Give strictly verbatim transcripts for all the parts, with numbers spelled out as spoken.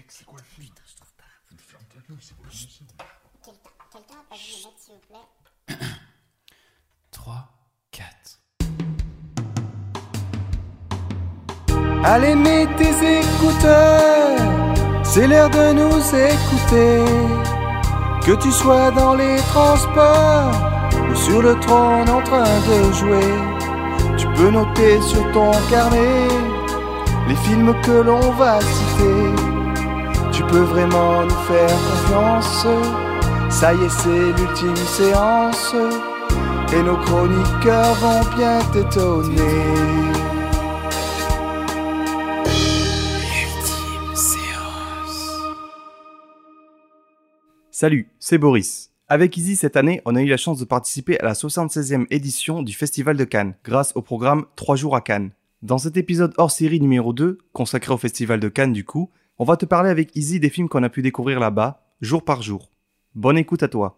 Mec, c'est quoi le film? Putain, je trouve pas. Ferme ta gueule, c'est quoi le film? Quelqu'un a pas vu le mettre, s'il vous plaît? trois, quatre. Allez, mets tes écouteurs, c'est l'heure de nous écouter. Que tu sois dans les transports ou sur le trône en train de jouer, tu peux noter sur ton carnet les films que l'on va citer. Tu peux vraiment nous faire confiance, ça y est, c'est l'ultime séance, et nos chroniqueurs vont bien t'étonner. Salut, c'est Boris. Avec Easy, cette année, on a eu la chance de participer à la soixante-seizième édition du Festival de Cannes, grâce au programme trois jours à Cannes. Dans cet épisode hors série numéro deux, consacré au Festival de Cannes du coup, on va te parler avec Easy des films qu'on a pu découvrir là-bas, jour par jour. Bonne écoute à toi.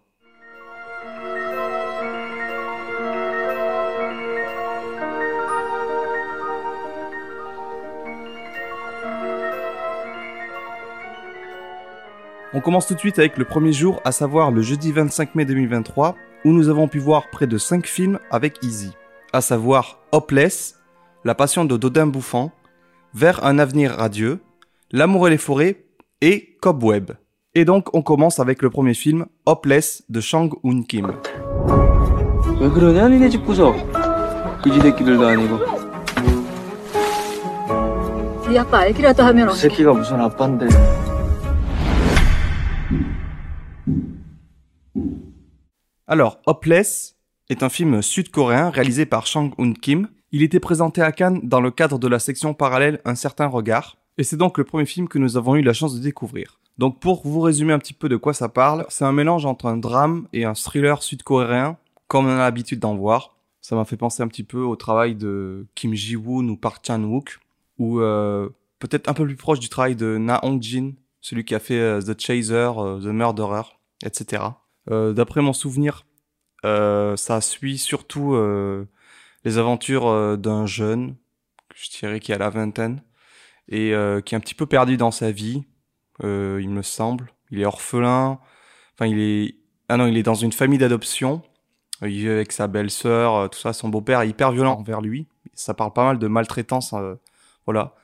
On commence tout de suite avec le premier jour, à savoir le jeudi vingt-cinq mai deux mille vingt-trois, où nous avons pu voir près de cinq films avec Easy, à savoir Hopeless, La Passion de Dodin Bouffant, Vers un avenir radieux, L'amour et les forêts et Cobweb. Et donc on commence avec le premier film, Hopeless de Chang Hoon Kim. 왜 그러냐 니네 집 구석 그지새끼들도 아니고 네 아빠 알기라도 하면 그 새끼가 무슨 아빠인데. Alors, Hopeless est un film sud-coréen réalisé par Chang Hoon Kim. Il était présenté à Cannes dans le cadre de la section parallèle Un certain regard. Et c'est donc le premier film que nous avons eu la chance de découvrir. Donc pour vous résumer un petit peu de quoi ça parle, c'est un mélange entre un drame et un thriller sud-coréen, comme on a l'habitude d'en voir. Ça m'a fait penser un petit peu au travail de Kim Ji-woon ou Park Chan-wook, ou euh, peut-être un peu plus proche du travail de Na Hong-jin, celui qui a fait euh, The Chaser, euh, The Murderer, et cetera. Euh, d'après mon souvenir, euh, ça suit surtout euh, les aventures euh, d'un jeune, je dirais qui a la vingtaine, et euh, qui est un petit peu perdu dans sa vie, euh, il me semble. Il est orphelin, enfin il est... Ah non, il est dans une famille d'adoption, il vit avec sa belle-sœur, euh, tout ça, son beau-père est hyper violent envers lui. Ça parle pas mal de maltraitance, euh, voilà,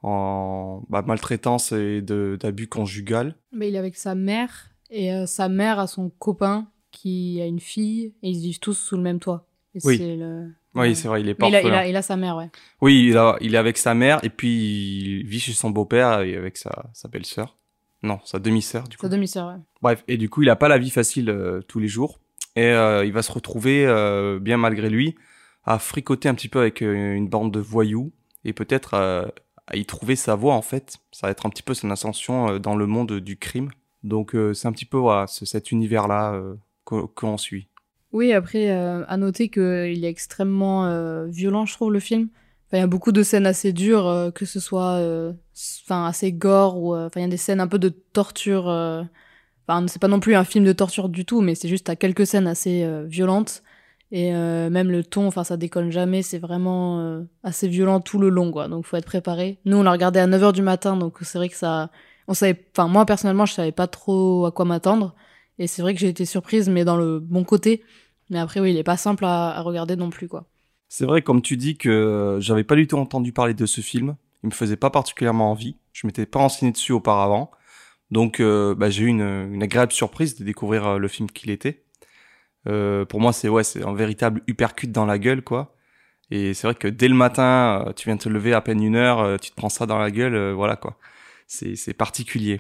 en bah, maltraitance et de, d'abus conjugal. Mais il est avec sa mère, et euh, sa mère a son copain qui a une fille, et ils vivent tous sous le même toit. Et Oui. c'est le... Oui, Ouais. c'est vrai, il est pas Mais il a, orphelin. il, a, il a sa mère, ouais. Oui, il, a, il est avec sa mère et puis il vit chez son beau-père et avec sa, sa belle-sœur. Non, sa demi-sœur du coup. Sa demi-sœur, ouais. Bref, et du coup, il a pas la vie facile euh, tous les jours. Et euh, il va se retrouver, euh, bien malgré lui, à fricoter un petit peu avec euh, une bande de voyous et peut-être euh, à y trouver sa voie en fait. Ça va être un petit peu son ascension euh, dans le monde du crime. Donc euh, c'est un petit peu voilà, c'est cet univers-là euh, que, que l'on suit. Oui, après, euh, à noter qu'il est extrêmement euh, violent, je trouve, le film. Enfin, il y a beaucoup de scènes assez dures, euh, que ce soit euh, enfin, assez gore, ou euh, enfin, il y a des scènes un peu de torture. euh, Enfin, c'est pas non plus un film de torture du tout, mais c'est juste à quelques scènes assez euh, violentes. Et euh, même le ton, enfin, ça déconne jamais, c'est vraiment euh, assez violent tout le long, quoi. Donc, faut être préparé. Nous, on l'a regardé à neuf heures du matin, donc c'est vrai que ça... On savait... Enfin, moi, personnellement, je savais pas trop à quoi m'attendre. Et c'est vrai que j'ai été surprise, mais dans le bon côté. Mais après, oui, il est pas simple à, à regarder non plus, quoi. C'est vrai, comme tu dis, que j'avais pas du tout entendu parler de ce film. Il me faisait pas particulièrement envie. Je m'étais pas renseigné dessus auparavant. Donc, euh, bah, j'ai eu une, une agréable surprise de découvrir euh, le film qu'il était. Euh, pour moi, c'est ouais, c'est un véritable uppercut dans la gueule, quoi. Et c'est vrai que dès le matin, euh, tu viens de te lever à peine une heure, euh, tu te prends ça dans la gueule, euh, voilà, quoi. C'est, c'est particulier.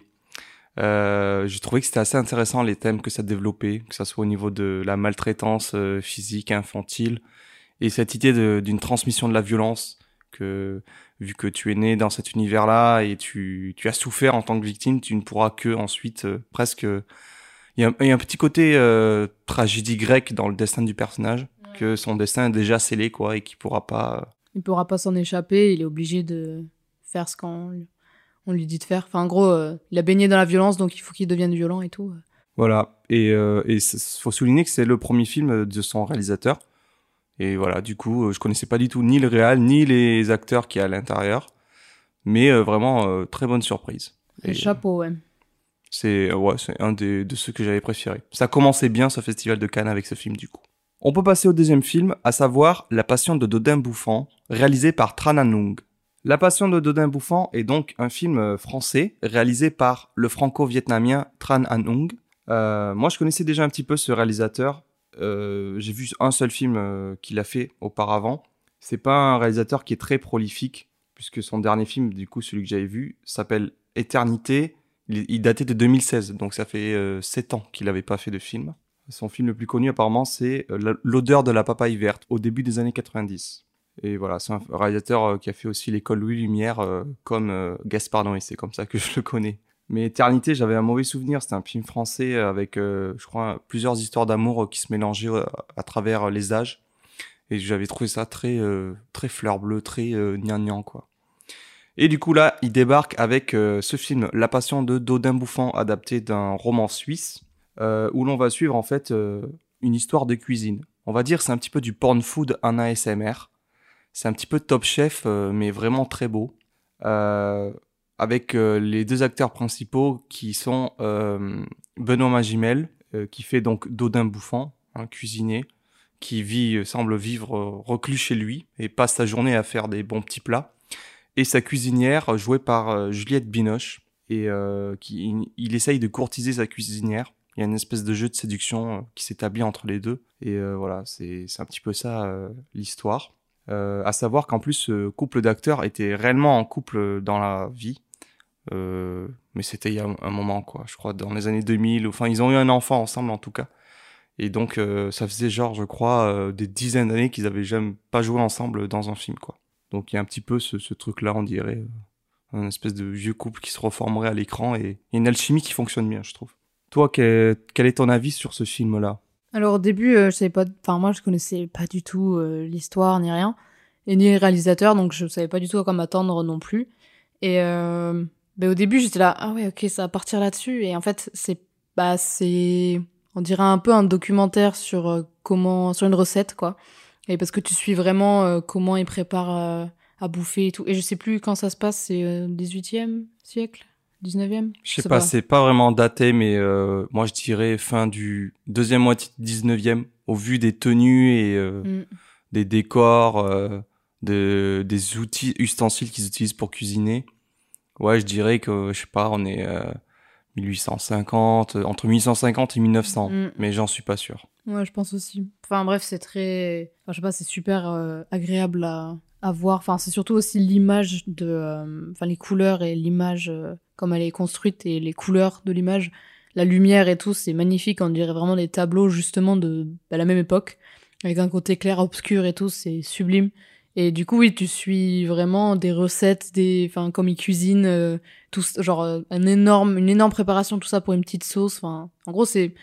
Euh, j'ai trouvé que c'était assez intéressant les thèmes que ça développait, que ça soit au niveau de la maltraitance euh, physique, infantile, et cette idée de, d'une transmission de la violence, que vu que tu es né dans cet univers-là et tu, tu as souffert en tant que victime, tu ne pourras que ensuite euh, presque... Il y, a, il y a un petit côté euh, tragédie grecque dans le destin du personnage, ouais. Que son destin est déjà scellé, quoi, et qu'il pourra pas... Euh... Il pourra pas s'en échapper, il est obligé de faire ce qu'on on lui dit de faire. Enfin, en gros, euh, il a baigné dans la violence, donc il faut qu'il devienne violent et tout. Voilà, et il euh, faut souligner que c'est le premier film de son réalisateur. Et voilà, du coup, je connaissais pas du tout ni le réal, ni les acteurs qui y a à l'intérieur. Mais euh, vraiment, euh, très bonne surprise. Et Et chapeau, ouais. c'est ouais, c'est un des, de ceux que j'avais préférés. Ça commençait bien ce festival de Cannes avec ce film du coup. On peut passer au deuxième film, à savoir La Passion de Dodin Bouffant, réalisé par Tran Anh Loong. La Passion de Dodin Bouffant est donc un film euh, français réalisé par le franco-vietnamien Tran Anh Loong. Euh, moi, je connaissais déjà un petit peu ce réalisateur. Euh, j'ai vu un seul film euh, qu'il a fait auparavant. C'est pas un réalisateur qui est très prolifique, puisque son dernier film, du coup, celui que j'avais vu, s'appelle Éternité. Il, il datait de deux mille seize, donc ça fait euh, sept ans qu'il n'avait pas fait de film. Son film le plus connu, apparemment, c'est euh, L'odeur de la papaye verte, au début des années quatre-vingt-dix. Et voilà, c'est un réalisateur euh, qui a fait aussi l'école Louis Lumière, euh, comme euh, Gaspard Noé, c'est comme ça que je le connais. Mais Éternité, j'avais un mauvais souvenir. C'était un film français avec, euh, je crois, plusieurs histoires d'amour qui se mélangeaient euh, à travers les âges. Et j'avais trouvé ça très, euh, très fleur bleue, très euh, gnangnan, quoi. Et du coup, là, il débarque avec euh, ce film, La Passion de Dodin Bouffant, adapté d'un roman suisse, euh, où l'on va suivre, en fait, euh, une histoire de cuisine. On va dire c'est un petit peu du porn food en A S M R. C'est un petit peu Top Chef, euh, mais vraiment très beau. Euh, avec euh, les deux acteurs principaux qui sont euh, Benoît Magimel, euh, qui fait donc Dodin Bouffant, un cuisinier, qui vit, euh, semble vivre euh, reclus chez lui et passe sa journée à faire des bons petits plats. Et sa cuisinière, jouée par euh, Juliette Binoche, et euh, qui il, il essaye de courtiser sa cuisinière. Il y a une espèce de jeu de séduction euh, qui s'établit entre les deux. Et euh, voilà, c'est, c'est un petit peu ça euh, l'histoire. Euh, à savoir qu'en plus, ce couple d'acteurs était réellement en couple dans la vie. Euh, mais c'était il y a un, un moment, quoi. Je crois dans les années deux mille. Enfin, ils ont eu un enfant ensemble, en tout cas. Et donc, euh, ça faisait genre, je crois, euh, des dizaines d'années qu'ils avaient jamais pas joué ensemble dans un film, quoi. Donc, il y a un petit peu ce, ce truc-là, on dirait. Euh, un espèce de vieux couple qui se reformerait à l'écran. Et il y a une alchimie qui fonctionne bien, je trouve. Toi, quel, quel est ton avis sur ce film-là ? Alors au début, euh, je savais pas, enfin moi je connaissais pas du tout euh, l'histoire ni rien, et ni le réalisateur, donc je savais pas du tout à quoi m'attendre non plus. Et euh, ben, au début j'étais là, ah ouais ok ça va partir là-dessus, et en fait c'est, bah c'est, on dirait un peu un documentaire sur euh, comment, sur une recette quoi, et parce que tu suis vraiment euh, comment ils préparent euh, à bouffer et tout, et je sais plus quand ça se passe, c'est euh, dix-huitième siècle. dix-neuvième Je sais pas, c'est pas vraiment daté, mais euh, moi je dirais fin du deuxième moitié du dix-neuvième, au vu des tenues et euh, Mm. des décors, euh, de, des outils, ustensiles qu'ils utilisent pour cuisiner. Ouais, je dirais que, je sais pas, on est euh, mille huit cent cinquante, entre mille huit cent cinquante et mille neuf cents, Mm. mais j'en suis pas sûr. Ouais, je pense aussi. Enfin bref, c'est très, enfin, je sais pas, c'est super euh, agréable à, à voir. Enfin, c'est surtout aussi l'image de, euh, enfin les couleurs et l'image euh, comme elle est construite et les couleurs de l'image, la lumière et tout, c'est magnifique. On dirait vraiment des tableaux justement de bah, la même époque, avec un côté clair, obscur et tout, c'est sublime. Et du coup, oui, tu suis vraiment des recettes, des, enfin comme ils cuisinent, euh, tout, genre euh, un énorme, une énorme préparation, tout ça pour une petite sauce. Enfin, en gros, c'est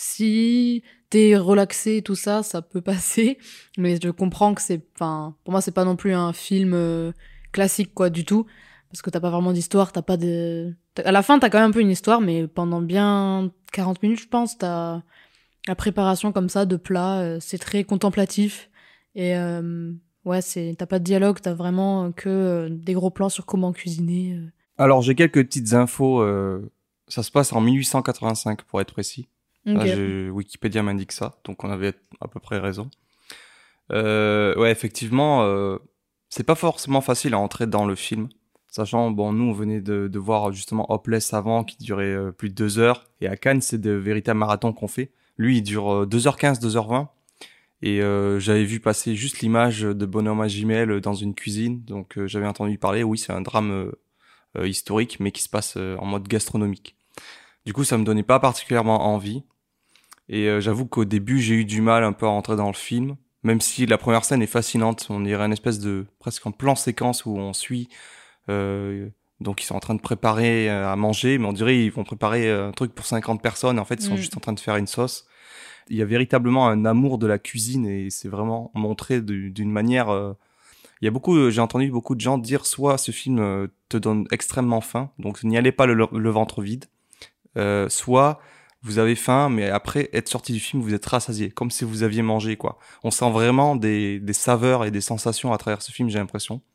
si t'es relaxé, tout ça, ça peut passer. Mais je comprends que c'est, enfin, pour moi, c'est pas non plus un film euh, classique, quoi, du tout. Parce que t'as pas vraiment d'histoire, t'as pas de... À la fin, t'as quand même un peu une histoire, mais pendant bien quarante minutes, je pense, t'as la préparation comme ça de plats, euh, c'est très contemplatif. Et euh, ouais, c'est, t'as pas de dialogue, t'as vraiment que euh, des gros plans sur comment cuisiner. euh. Alors j'ai quelques petites infos, euh, ça se passe en mille huit cent quatre-vingt-cinq pour être précis. Ok. Là, je- Wikipédia m'indique ça, donc on avait à peu près raison. Euh, ouais, effectivement, euh, c'est pas forcément facile à entrer dans le film, sachant, bon, nous, on venait de, de voir justement Hopeless avant, qui durait euh, plus de deux heures, et à Cannes, c'est de véritables marathons qu'on fait. Lui, il dure euh, deux heures quinze, deux heures vingt, et euh, j'avais vu passer juste l'image de Benoît Magimel dans une cuisine, donc euh, j'avais entendu parler, oui, c'est un drame euh, euh, historique, mais qui se passe euh, en mode gastronomique. Du coup, ça me donnait pas particulièrement envie. Et euh, j'avoue qu'au début, j'ai eu du mal un peu à rentrer dans le film, même si la première scène est fascinante. On dirait une espèce de presque un plan séquence où on suit. Euh, donc ils sont en train de préparer euh, à manger, mais on dirait ils vont préparer euh, un truc pour cinquante personnes. En fait, ils sont Mm. juste en train de faire une sauce. Il y a véritablement un amour de la cuisine et c'est vraiment montré de- d'une manière. euh, Il y a beaucoup, euh, j'ai entendu beaucoup de gens dire soit ce film euh, te donne extrêmement faim, donc n'y allez pas le, le ventre vide, euh, soit vous avez faim, mais après être sorti du film, vous êtes rassasié, comme si vous aviez mangé, quoi. On sent vraiment des, des saveurs et des sensations à travers ce film, j'ai l'impression.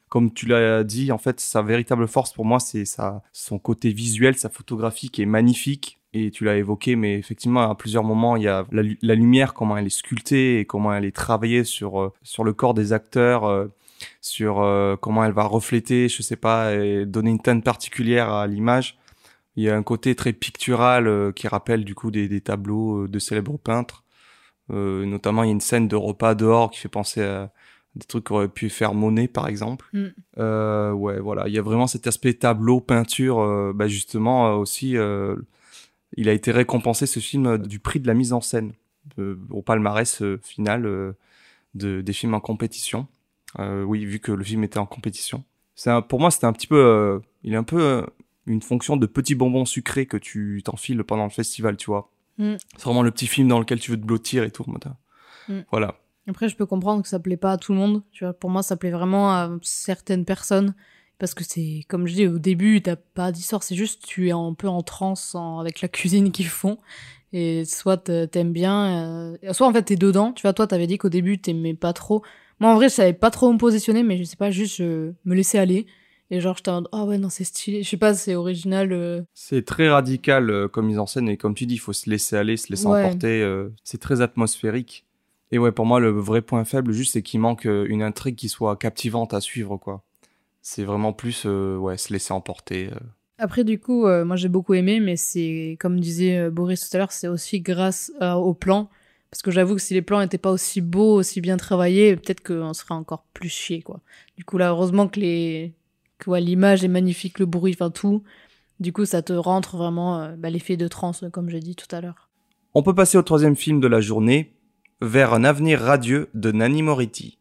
Comme tu l'as dit, en fait, sa véritable force pour moi, c'est sa, son côté visuel, sa photographie qui est magnifique. Et tu l'as évoqué, mais effectivement, à plusieurs moments, il y a la, la lumière, comment elle est sculptée et comment elle est travaillée sur, euh, sur le corps des acteurs, euh, sur euh, comment elle va refléter, je sais pas, et donner une teinte particulière à l'image. Il y a un côté très pictural euh, qui rappelle du coup des, des tableaux de célèbres peintres. Euh, notamment, il y a une scène de repas dehors qui fait penser à des trucs qu'aurait pu faire Monet, par exemple. Mm. Euh, ouais, voilà. Il y a vraiment cet aspect tableau, peinture. Euh, bah justement, euh, aussi, euh, il a été récompensé, ce film, euh, du prix de la mise en scène euh, au palmarès euh, final euh, de, des films en compétition. Euh, oui, vu que le film était en compétition. C'est un, pour moi, c'était un petit peu... Euh, il est un peu euh, une fonction de petit bonbon sucré que tu t'enfiles pendant le festival, tu vois. Mm. C'est vraiment le petit film dans lequel tu veux te blottir et tout. Mm. Voilà. Après, je peux comprendre que ça plaît pas à tout le monde. Tu vois, pour moi, ça plaît vraiment à certaines personnes. Parce que c'est, comme je dis, au début, t'as pas d'histoire. C'est juste, tu es un peu en transe en, avec la cuisine qu'ils font. Et soit t'aimes bien, euh, soit en fait t'es dedans. Tu vois, toi, t'avais dit qu'au début, t'aimais pas trop. Moi, en vrai, je savais pas trop me positionner, mais je sais pas, juste je me laisser aller. Et genre, j'étais en mode, ah ouais, non, c'est stylé. Je sais pas, c'est original. Euh... C'est très radical euh, comme mise en scène. Et comme tu dis, il faut se laisser aller, se laisser ouais. emporter. Euh, c'est très atmosphérique. Et ouais, pour moi, le vrai point faible, juste, c'est qu'il manque euh, une intrigue qui soit captivante à suivre, quoi. C'est vraiment plus, euh, ouais, se laisser emporter. Euh. Après, du coup, euh, moi, j'ai beaucoup aimé, mais c'est, comme disait euh, Boris tout à l'heure, c'est aussi grâce euh, au plan. Parce que j'avoue que si les plans étaient pas aussi beaux, aussi bien travaillés, peut-être qu'on serait encore plus chier, quoi. Du coup, là, heureusement que les, que ouais, l'image est magnifique, le bruit, enfin tout. Du coup, ça te rentre vraiment euh, bah, l'effet de transe, comme j'ai dit tout à l'heure. On peut passer au troisième film de la journée, Vers un avenir radieux de Nanni Moretti.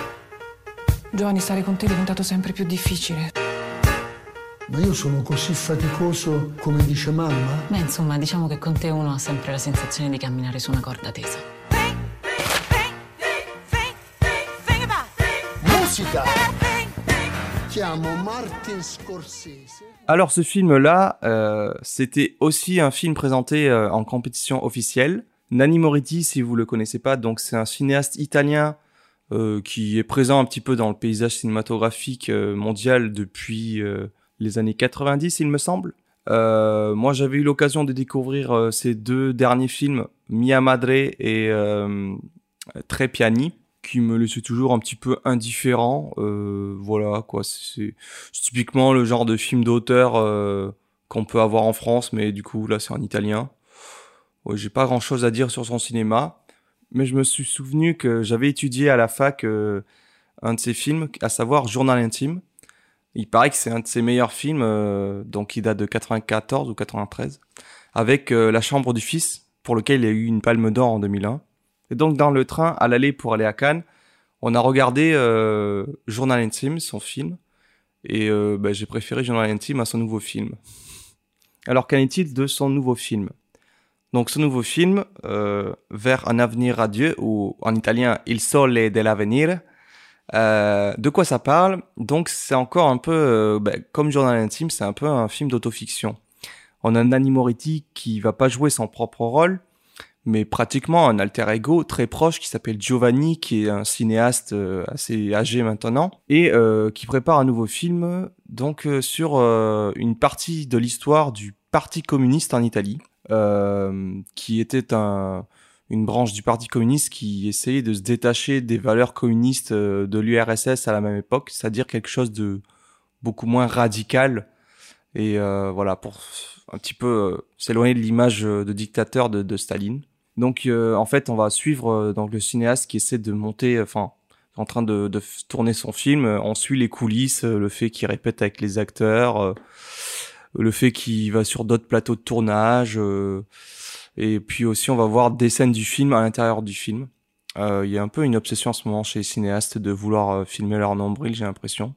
Giovanni, stare con te è diventato sempre più difficile. Ma io sono così faticoso come dice mamma? Beh, insomma, diciamo che con te uno ha sempre la sensazione di camminare su una corda tesa. Musica! Chiamo Martin Scorsese. Alors ce film-là, euh, c'était aussi un film présenté euh, en compétition officielle. Nanni Moretti, si vous le connaissez pas, donc c'est un cinéaste italien euh, qui est présent un petit peu dans le paysage cinématographique euh, mondial depuis euh, les années quatre-vingt-dix, il me semble. Euh, moi, j'avais eu l'occasion de découvrir euh, ces deux derniers films, Mia Madre et euh, Tre Piani, qui me laissaient toujours un petit peu indifférent. Euh, voilà, quoi, c'est, c'est typiquement le genre de film d'auteur euh, qu'on peut avoir en France, mais du coup, là, c'est en italien. Ouais, j'ai pas grand chose à dire sur son cinéma, mais je me suis souvenu que j'avais étudié à la fac euh, un de ses films, à savoir Journal intime. Il paraît que c'est un de ses meilleurs films, euh, donc il date de quatre-vingt-quatorze ou quatre-vingt-treize, avec euh, La Chambre du Fils, pour lequel il a eu une Palme d'Or en deux mille un. Et donc dans le train, à l'aller pour aller à Cannes, on a regardé euh, Journal intime, son film, et euh, bah, j'ai préféré Journal intime à son nouveau film. Alors qu'en est-il de son nouveau film ? Donc ce nouveau film, euh, Vers un avenir radieux, ou en italien Il sole dell'avvenire, euh, de quoi ça parle ? Donc c'est encore un peu, euh, bah, comme Journal intime, c'est un peu un film d'autofiction. On a Nanni Moretti qui va pas jouer son propre rôle, mais pratiquement un alter ego très proche qui s'appelle Giovanni, qui est un cinéaste euh, assez âgé maintenant, et euh, qui prépare un nouveau film donc euh, sur euh, une partie de l'histoire du Parti communiste en Italie. Euh, qui était un, une branche du Parti communiste qui essayait de se détacher des valeurs communistes euh, de l'U R S S à la même époque, c'est-à-dire quelque chose de beaucoup moins radical et euh, voilà, pour un petit peu euh, s'éloigner de l'image de dictateur de, de Staline. Donc euh, en fait, on va suivre euh, donc le cinéaste qui essaie de monter, enfin en train de, de tourner son film. On suit les coulisses, le fait qu'il répète avec les acteurs, euh, le fait qu'il va sur d'autres plateaux de tournage, euh, et puis aussi on va voir des scènes du film à l'intérieur du film. Il euh, y a un peu une obsession en ce moment chez les cinéastes de vouloir euh, filmer leur nombril, j'ai l'impression.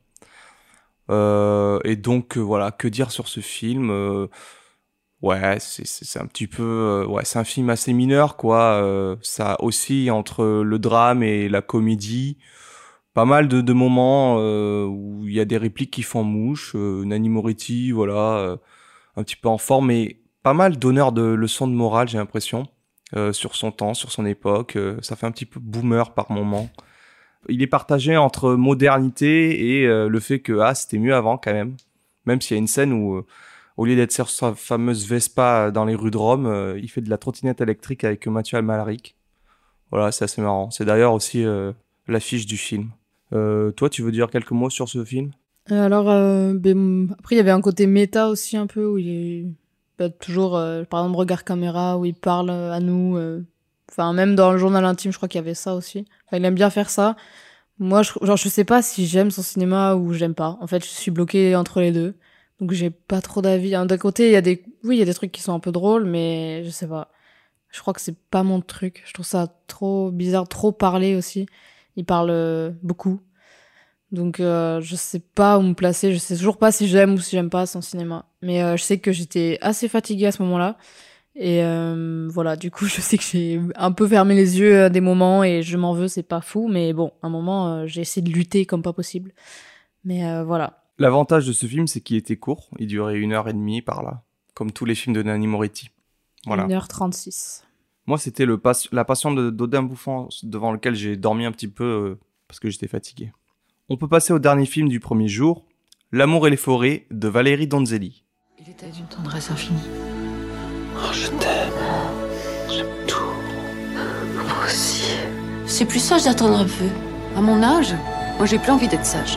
Euh, et donc euh, voilà, que dire sur ce film ? euh, Ouais, c'est, c'est, c'est un petit peu, euh, ouais, c'est un film assez mineur, quoi. Euh, ça oscille entre le drame et la comédie. Pas mal de, de moments euh, où il y a des répliques qui font mouche. Euh, Nanni Moretti, voilà, euh, un petit peu en forme, mais pas mal d'honneur de leçons de morale, j'ai l'impression, euh, sur son temps, sur son époque. Euh, ça fait un petit peu boomer par moment. Il est partagé entre modernité et euh, le fait que ah, c'était mieux avant quand même. Même s'il y a une scène où, euh, au lieu d'être sur sa fameuse Vespa dans les rues de Rome, euh, il fait de la trottinette électrique avec Mathieu Amalric. Voilà, c'est assez marrant. C'est d'ailleurs aussi euh, l'affiche du film. Euh, toi, tu veux dire quelques mots sur ce film ? Alors, euh, ben, après, il y avait un côté méta aussi un peu, où il est bah, toujours, euh, par exemple, regard caméra, où il parle à nous. euh, Enfin, même dans le journal intime, je crois qu'il y avait ça aussi. Enfin, il aime bien faire ça. Moi, je, genre, je sais pas si j'aime son cinéma ou j'aime pas. En fait, je suis bloquée entre les deux. Donc, j'ai pas trop d'avis. Hein, d'un côté, il y a des, oui, il y a des trucs qui sont un peu drôles, mais je sais pas. Je crois que c'est pas mon truc. Je trouve ça trop bizarre, trop parler aussi. Il parle euh, beaucoup. Donc, euh, je sais pas où me placer. Je sais toujours pas si j'aime ou si j'aime pas son cinéma. Mais euh, je sais que j'étais assez fatiguée à ce moment-là. Et euh, voilà, du coup, je sais que j'ai un peu fermé les yeux à des moments et je m'en veux, c'est pas fou. Mais bon, à un moment, euh, j'ai essayé de lutter comme pas possible. Mais euh, voilà. L'avantage de ce film, c'est qu'il était court. Il durait une heure et demie par là. Comme tous les films de Nanni Moretti. Voilà. une heure trente-six. Moi, c'était le pas- la Passion de d'Odin Bouffant devant lequel j'ai dormi un petit peu euh, parce que j'étais fatigué. On peut passer au dernier film du premier jour, L'amour et les forêts de Valérie Donzelli. Il était d'une tendresse infinie. Oh, je t'aime. J'aime tout. Moi aussi. C'est plus sage d'attendre un peu. À mon âge, moi j'ai plus envie d'être sage.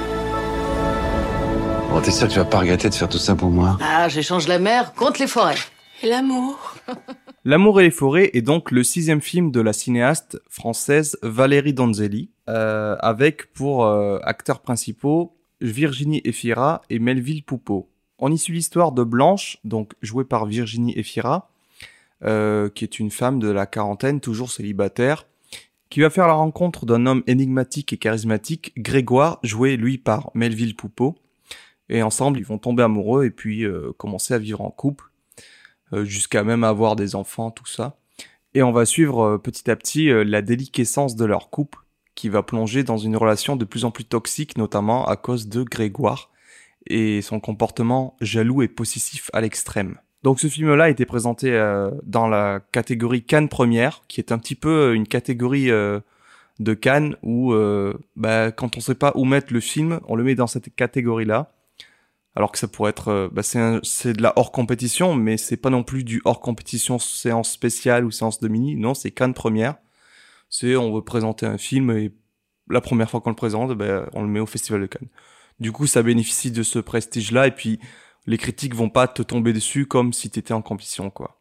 Bon, t'es sûr que tu vas pas regretter de faire tout ça pour moi ? Ah, j'échange la mer contre les forêts. Et l'amour. L'amour et les forêts est donc le sixième film de la cinéaste française Valérie Donzelli, euh, avec pour euh, acteurs principaux Virginie Efira et Melville Poupeau. On y suit l'histoire de Blanche, donc jouée par Virginie Efira, euh, qui est une femme de la quarantaine, toujours célibataire, qui va faire la rencontre d'un homme énigmatique et charismatique, Grégoire, joué lui par Melville Poupeau. Et ensemble, ils vont tomber amoureux et puis euh, commencer à vivre en couple, euh, jusqu'à même avoir des enfants, tout ça. Et on va suivre euh, petit à petit euh, la déliquescence de leur couple, qui va plonger dans une relation de plus en plus toxique, notamment à cause de Grégoire et son comportement jaloux et possessif à l'extrême. Donc ce film-là a été présenté euh, dans la catégorie Cannes Première, qui est un petit peu une catégorie euh, de Cannes où euh, bah, quand on sait pas où mettre le film, on le met dans cette catégorie-là. Alors que ça pourrait être, euh, bah, c'est, un, c'est de la hors compétition, mais c'est pas non plus du hors compétition séance spéciale ou séance de mini. Non, c'est Cannes Première. C'est on veut présenter un film et la première fois qu'on le présente, bah, on le met au Festival de Cannes. Du coup, ça bénéficie de ce prestige-là et puis les critiques vont pas te tomber dessus comme si t'étais en compétition, quoi.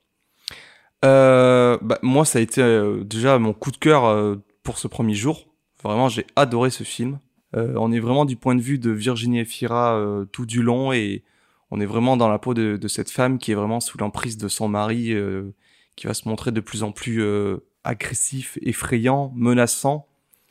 Euh, bah, moi, ça a été euh, déjà mon coup de cœur euh, pour ce premier jour. Vraiment, j'ai adoré ce film. Euh, on est vraiment du point de vue de Virginie Efira euh, tout du long et on est vraiment dans la peau de, de cette femme qui est vraiment sous l'emprise de son mari, euh, qui va se montrer de plus en plus euh, agressif, effrayant, menaçant.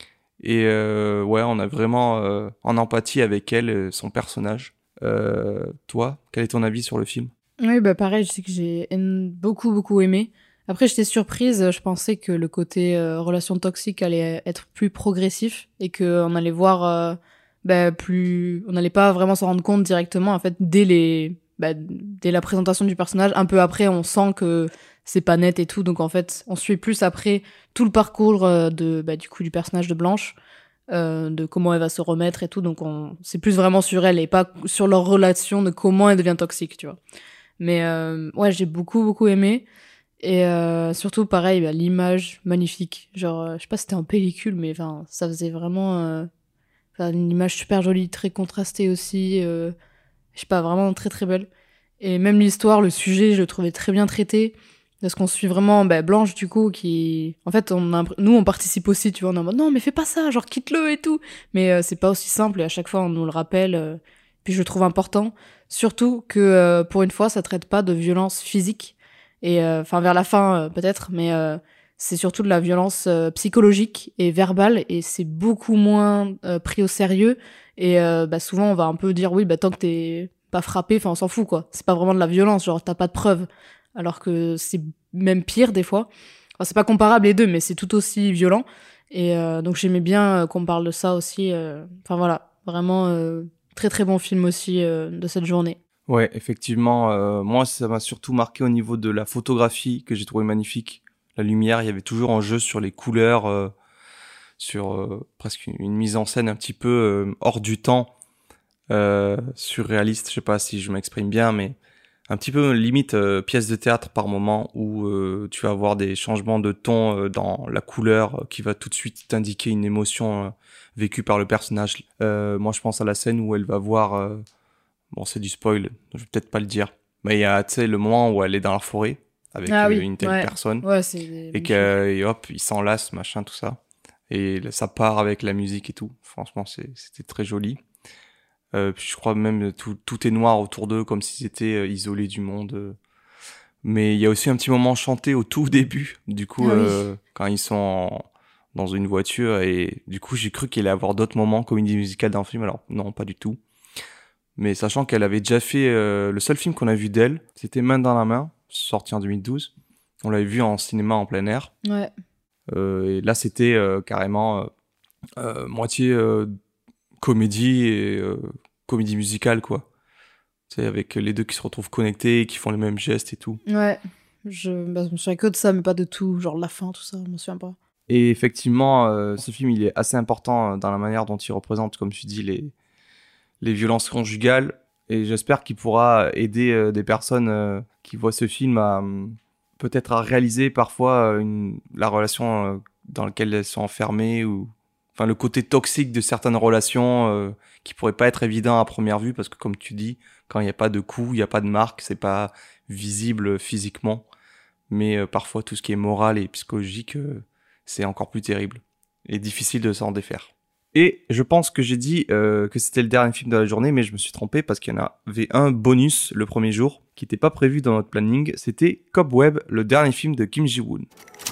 Et euh, ouais, on a vraiment euh, en empathie avec elle, euh, son personnage. Euh, toi, quel est ton avis sur le film ? Oui, bah pareil, je sais que j'ai en- beaucoup, beaucoup aimé. Après, j'étais surprise, je pensais que le côté euh, relation toxique allait être plus progressif et qu'on allait voir euh, bah, plus... On n'allait pas vraiment s'en rendre compte directement, en fait, dès les... Bah, dès la présentation du personnage. Un peu après, on sent que c'est pas net et tout, donc en fait, on suit plus après tout le parcours euh, de, bah, du coup, du personnage de Blanche, euh, de comment elle va se remettre et tout, donc on... c'est plus vraiment sur elle et pas sur leur relation de comment elle devient toxique, tu vois. Mais euh, ouais, j'ai beaucoup, beaucoup aimé. Et euh, surtout, pareil, bah, l'image magnifique. Genre, euh, je sais pas si c'était en pellicule, mais enfin, ça faisait vraiment euh, enfin, une image super jolie, très contrastée aussi. Euh, je sais pas, vraiment très très belle. Et même l'histoire, le sujet, je le trouvais très bien traité. Parce qu'on suit vraiment bah, Blanche, du coup, qui... En fait, on a... nous, on participe aussi, tu vois, on est en mode, non, mais fais pas ça, genre, quitte-le et tout. Mais euh, c'est pas aussi simple, et à chaque fois, on nous le rappelle. Euh... Puis je le trouve important. Surtout que, euh, pour une fois, ça traite pas de violence physique. Et enfin, euh, vers la fin, euh, peut-être, mais euh, c'est surtout de la violence euh, psychologique et verbale, et c'est beaucoup moins euh, pris au sérieux. Et euh, bah, souvent, on va un peu dire, oui, bah, tant que t'es pas frappé, enfin, on s'en fout, quoi. C'est pas vraiment de la violence, genre, t'as pas de preuves. Alors que c'est même pire, des fois. Enfin, c'est pas comparable les deux, mais c'est tout aussi violent. Et euh, donc, j'aimais bien euh, qu'on parle de ça aussi. Euh... Enfin, voilà. Vraiment, euh, très très bon film aussi euh, de cette journée. Ouais, effectivement, euh, moi ça m'a surtout marqué au niveau de la photographie que j'ai trouvé magnifique. La lumière, il y avait toujours un jeu sur les couleurs, euh, sur euh, presque une, une mise en scène un petit peu euh, hors du temps, euh, surréaliste, je sais pas si je m'exprime bien, mais un petit peu limite euh, pièce de théâtre par moment, où euh, tu vas avoir des changements de ton euh, dans la couleur euh, qui va tout de suite t'indiquer une émotion euh, vécue par le personnage. Euh, moi, je pense à la scène où elle va voir... Euh, bon, c'est du spoil, je vais peut-être pas le dire, mais il y a, tu sais, le moment où elle est dans la forêt avec Ah euh, oui, une telle ouais. personne, Ouais, c'est des et que et hop, ils s'enlacent, machin, tout ça. Et ça part avec la musique et tout. Franchement, c'est, c'était très joli. Euh, puis je crois même tout, tout est noir autour d'eux, comme s'ils étaient euh, isolés du monde. Mais il y a aussi un petit moment chanté au tout début, du coup, Ah oui. euh, quand ils sont en- dans une voiture. Et du coup, j'ai cru qu'il allait y avoir d'autres moments comédie musicale dans le film. Alors non, pas du tout. Mais sachant qu'elle avait déjà fait... euh, le seul film qu'on a vu d'elle, c'était Main dans la main, sorti en deux mille douze. On l'avait vu en cinéma en plein air. Ouais. Euh, et là, c'était euh, carrément euh, euh, moitié euh, comédie et euh, comédie musicale, quoi. Tu sais, avec les deux qui se retrouvent connectés, qui font les mêmes gestes et tout. Ouais. Je, bah, je me souviens que de ça, mais pas de tout. Genre la fin, tout ça, je me souviens pas. Et effectivement, euh, ce film, il est assez important dans la manière dont il représente, comme tu dis, les, les violences conjugales. Et j'espère qu'il pourra aider euh, des personnes euh, qui voient ce film à euh, peut-être à réaliser parfois euh, une, la relation euh, dans laquelle elles sont enfermées, ou enfin le côté toxique de certaines relations euh, qui pourrait pas être évident à première vue, parce que comme tu dis, quand il n'y a pas de coup, il n'y a pas de marque, c'est pas visible physiquement. Mais euh, parfois tout ce qui est moral et psychologique, euh, c'est encore plus terrible et difficile de s'en défaire. Et je pense que j'ai dit euh, que c'était le dernier film de la journée, mais je me suis trompé parce qu'il y en avait un bonus le premier jour qui n'était pas prévu dans notre planning. C'était Cobweb, le dernier film de Kim Ji-woon.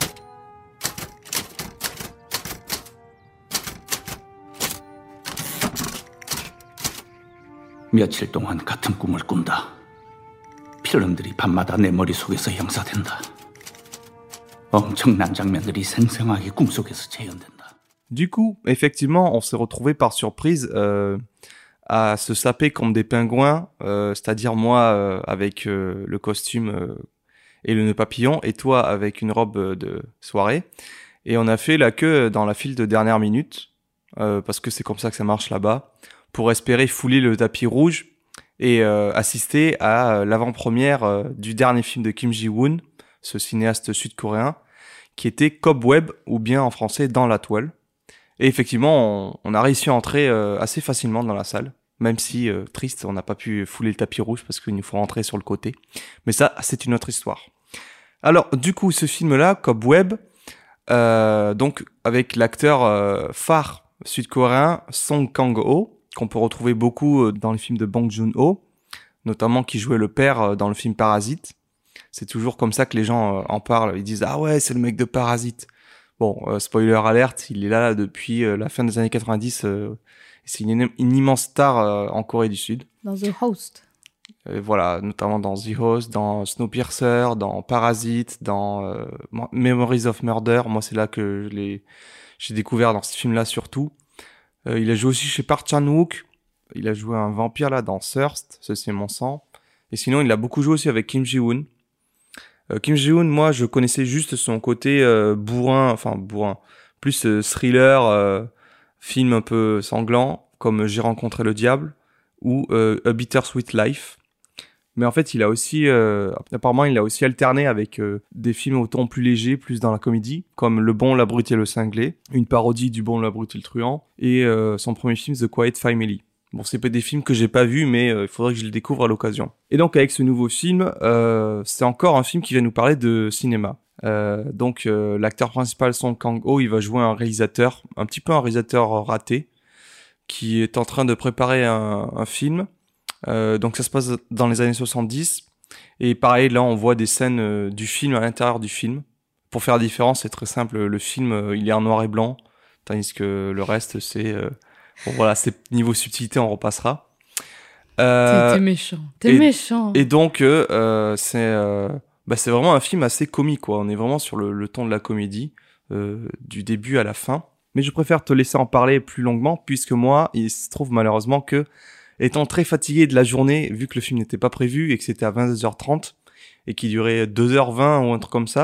며칠 동안 같은 꿈을 꾼다. 필름들이 밤마다 내 머릿속에서 형사된다. 엄청난 장면들이 생생하게 꿈속에서 재현된다. Du coup, effectivement, on s'est retrouvé par surprise euh, à se saper comme des pingouins, euh, c'est-à-dire moi euh, avec euh, le costume euh, et le nœud papillon, et toi avec une robe de soirée. Et on a fait la queue dans la file de dernière minute, euh, parce que c'est comme ça que ça marche là-bas, pour espérer fouler le tapis rouge et euh, assister à l'avant-première euh, du dernier film de Kim Ji-woon, ce cinéaste sud-coréen, qui était Cobweb, ou bien en français Dans la toile. Et effectivement, on, on a réussi à entrer euh, assez facilement dans la salle, même si, euh, triste, on n'a pas pu fouler le tapis rouge parce qu'il nous faut rentrer sur le côté. Mais ça, c'est une autre histoire. Alors, du coup, ce film-là, Cobweb, euh, donc avec l'acteur euh, phare sud-coréen Song Kang-ho, qu'on peut retrouver beaucoup dans les films de Bong Joon-ho, notamment qui jouait le père dans le film Parasite. C'est toujours comme ça que les gens euh, en parlent. Ils disent « Ah ouais, c'est le mec de Parasite ». Bon, euh, spoiler alerte, il est là, là depuis euh, la fin des années quatre-vingt-dix. Euh, c'est une, une immense star euh, en Corée du Sud. Dans The Host. Et voilà, notamment dans The Host, dans Snowpiercer, dans Parasite, dans euh, Memories of Murder. Moi, c'est là que je l'ai, j'ai découvert dans ce film-là surtout. Euh, il a joué aussi chez Park Chan-wook. Il a joué un vampire là dans Thirst, Ceci est mon sang. Et sinon, il a beaucoup joué aussi avec Kim Ji-woon. Euh, Kim Ji-woon, moi, je connaissais juste son côté euh, bourrin, enfin bourrin, plus euh, thriller, euh, film un peu sanglant, comme J'ai rencontré le diable, ou euh, A Bittersweet Life. Mais en fait, il a aussi, euh, apparemment, il a aussi alterné avec euh, des films au ton plus léger, plus dans la comédie, comme Le Bon, la Brute et le Cinglé, une parodie du Bon, la Brute et le Truand, et euh, son premier film, The Quiet Family. Bon, c'est pas des films que j'ai pas vus, mais euh, il faudrait que je les découvre à l'occasion. Et donc, avec ce nouveau film, euh, c'est encore un film qui va nous parler de cinéma. Euh, donc, euh, l'acteur principal, Song Kang-ho, il va jouer un réalisateur, un petit peu un réalisateur raté, qui est en train de préparer un, un film. Euh, donc, ça se passe dans les années soixante-dix. Et pareil, là, on voit des scènes euh, du film à l'intérieur du film. Pour faire la différence, c'est très simple. Le film, euh, il est en noir et blanc, tandis que le reste, c'est... Euh, bon, voilà, c'est niveau subtilité, on repassera. Euh, t'es, t'es méchant. T'es et, méchant. Et donc, euh, c'est, euh, bah, c'est vraiment un film assez comique, quoi. On est vraiment sur le, le ton de la comédie, euh, du début à la fin. Mais je préfère te laisser en parler plus longuement, puisque moi, il se trouve malheureusement que, étant très fatigué de la journée, vu que le film n'était pas prévu et que c'était à vingt-deux heures trente, et qu'il durait deux heures vingt ou un truc comme ça,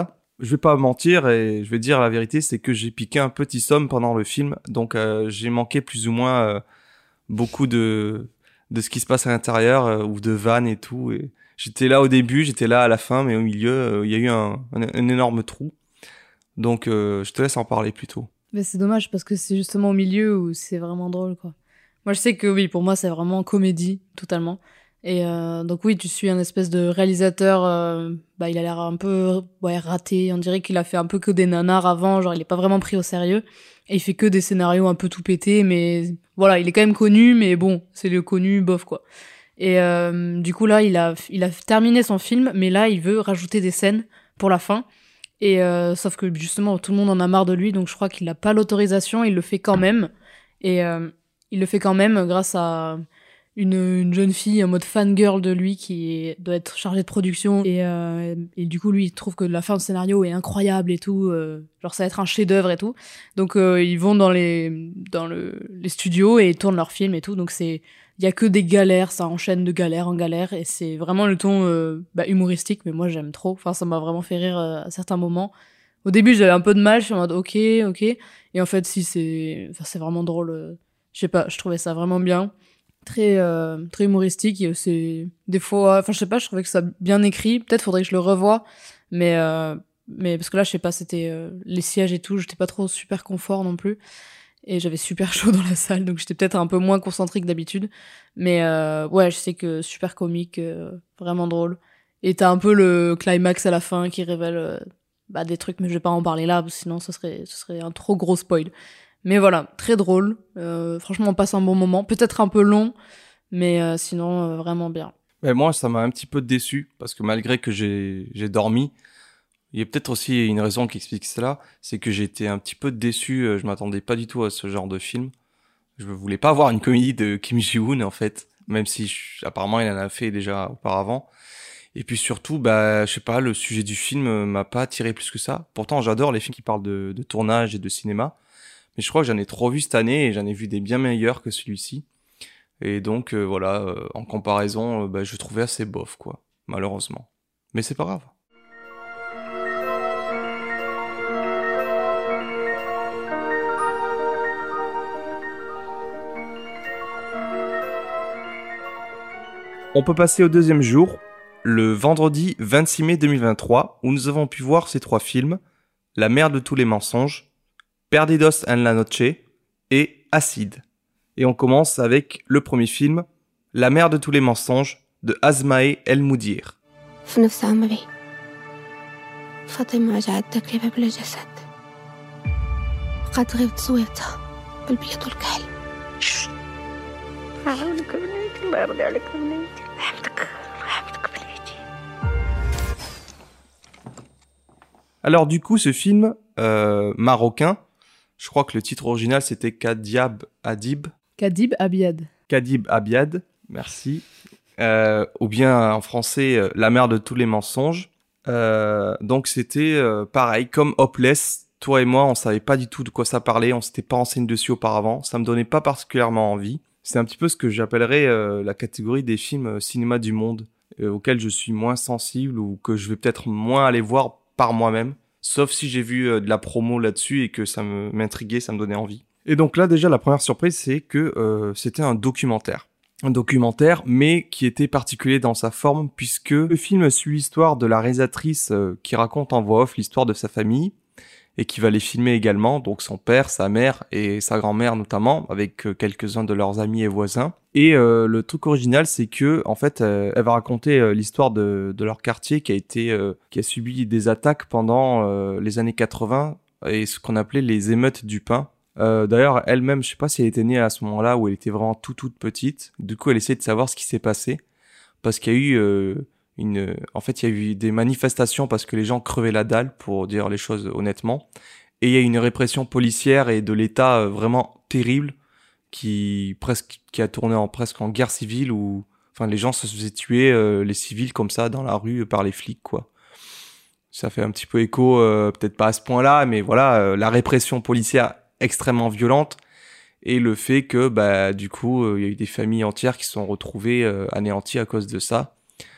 je vais pas mentir et je vais dire la vérité, c'est que j'ai piqué un petit somme pendant le film, donc euh, j'ai manqué plus ou moins euh, beaucoup de de ce qui se passe à l'intérieur euh, ou de vannes et tout. Et j'étais là au début, j'étais là à la fin, mais au milieu, euh, il y a eu un, un, un énorme trou. Donc euh, je te laisse en parler plutôt. Mais c'est dommage parce que c'est justement au milieu où c'est vraiment drôle, quoi. Moi, je sais que oui, pour moi, c'est vraiment comédie totalement. Et euh, donc oui, tu suis un espèce de réalisateur, euh, bah il a l'air un peu ouais, raté, on dirait qu'il a fait un peu que des nanars avant, genre il est pas vraiment pris au sérieux, et il fait que des scénarios un peu tout pétés, mais voilà, il est quand même connu, mais bon, c'est le connu, bof quoi. Et euh, du coup là, il a, il a terminé son film, mais là il veut rajouter des scènes pour la fin, et euh, sauf que justement tout le monde en a marre de lui, donc je crois qu'il a pas l'autorisation, il le fait quand même, et euh, il le fait quand même grâce à... Une, une jeune fille en mode fangirl de lui qui est, doit être chargée de production et, euh, et du coup lui il trouve que la fin de scénario est incroyable et tout, euh, genre ça va être un chef-d'œuvre et tout, donc euh, ils vont dans les dans le les studios et ils tournent leurs films et tout, donc c'est il y a que des galères, ça enchaîne de galère en galère et c'est vraiment le ton euh, bah, humoristique, mais moi j'aime trop, enfin ça m'a vraiment fait rire euh, à certains moments. Au début j'avais un peu de mal, je suis en mode ok ok et en fait si c'est enfin c'est vraiment drôle, euh, je sais pas, je trouvais ça vraiment bien. Très euh, très humoristique, et c'est des fois enfin je sais pas, je trouvais que ça bien écrit, peut-être faudrait que je le revoie, mais euh, mais parce que là je sais pas, c'était euh, les sièges et tout, j'étais pas trop super confort non plus et j'avais super chaud dans la salle, donc j'étais peut-être un peu moins concentrée que d'habitude, mais euh, ouais, je sais que super comique, euh, vraiment drôle, et t'as un peu le climax à la fin qui révèle euh, bah des trucs, mais je vais pas en parler là sinon ce serait ce serait un trop gros spoil. Mais voilà, très drôle. Euh, franchement, on passe un bon moment. Peut-être un peu long, mais euh, sinon, euh, vraiment bien. Mais moi, ça m'a un petit peu déçu, parce que malgré que j'ai, j'ai dormi, il y a peut-être aussi une raison qui explique cela, c'est que j'étais un petit peu déçu, je m'attendais pas du tout à ce genre de film. Je voulais pas voir une comédie de Kim Ji-woon, en fait, même si je, apparemment il en a fait déjà auparavant. Et puis surtout, bah, je sais pas, le sujet du film m'a pas attiré plus que ça. Pourtant, j'adore les films qui parlent de, de tournage et de cinéma. Mais je crois que j'en ai trop vu cette année et j'en ai vu des bien meilleurs que celui-ci. Et donc, euh, voilà, euh, en comparaison, euh, bah, je trouvais assez bof, quoi, malheureusement. Mais c'est pas grave. On peut passer au deuxième jour, le vendredi vingt-six mai deux mille vingt-trois, où nous avons pu voir ces trois films, La mère de tous les mensonges, Perdidos en la noche et Acide. Et on commence avec le premier film, La mère de tous les mensonges de Asmae El Moudir. في نفس عمري فاطمة جاءت تقريبا بلا جسد قد غبت صويتها بالبيض والكحل. أعوذك بنيتي الله يرضي عليك بنيتي رحمتك رحمتك بنيتي. Alors du coup, ce film euh, marocain, je crois que le titre original c'était Kadiab Adib. Kadib Abiad. Kadib Abiad, merci. Euh, ou bien en français, euh, La mère de tous les mensonges. Euh, donc c'était euh, pareil, comme Hopeless. Toi et moi, on savait pas du tout de quoi ça parlait, on s'était pas renseigné dessus auparavant. Ça me donnait pas particulièrement envie. C'est un petit peu ce que j'appellerais euh, la catégorie des films euh, cinéma du monde, euh, auxquels je suis moins sensible ou que je vais peut-être moins aller voir par moi-même. Sauf si j'ai vu euh, de la promo là-dessus et que ça me, m'intriguait, ça me donnait envie. Et donc là, déjà, la première surprise, c'est que euh, c'était un documentaire. Un documentaire, mais qui était particulier dans sa forme, puisque le film suit l'histoire de la réalisatrice euh, qui raconte en voix off l'histoire de sa famille, et qui va les filmer également, donc son père, sa mère et sa grand-mère notamment, avec euh, quelques-uns de leurs amis et voisins. Et euh, le truc original, c'est que en fait, euh, elle va raconter euh, l'histoire de, de leur quartier qui a été, euh, qui a subi des attaques pendant euh, les années quatre-vingts et ce qu'on appelait les émeutes du pain. Euh, d'ailleurs, elle-même, je sais pas si elle était née à ce moment-là où elle était vraiment toute toute petite. Du coup, elle essayait de savoir ce qui s'est passé parce qu'il y a eu euh, une, en fait, il y a eu des manifestations parce que les gens crevaient la dalle, pour dire les choses honnêtement. Et il y a eu une répression policière et de l'État euh, vraiment terrible qui presque, qui a tourné en presque en guerre civile où, enfin, les gens se faisaient tuer, euh, les civils comme ça dans la rue par les flics, quoi. Ça fait un petit peu écho, euh, peut-être pas à ce point-là, mais voilà, euh, la répression policière extrêmement violente et le fait que bah du coup il euh, y a eu des familles entières qui se sont retrouvées euh, anéanties à cause de ça.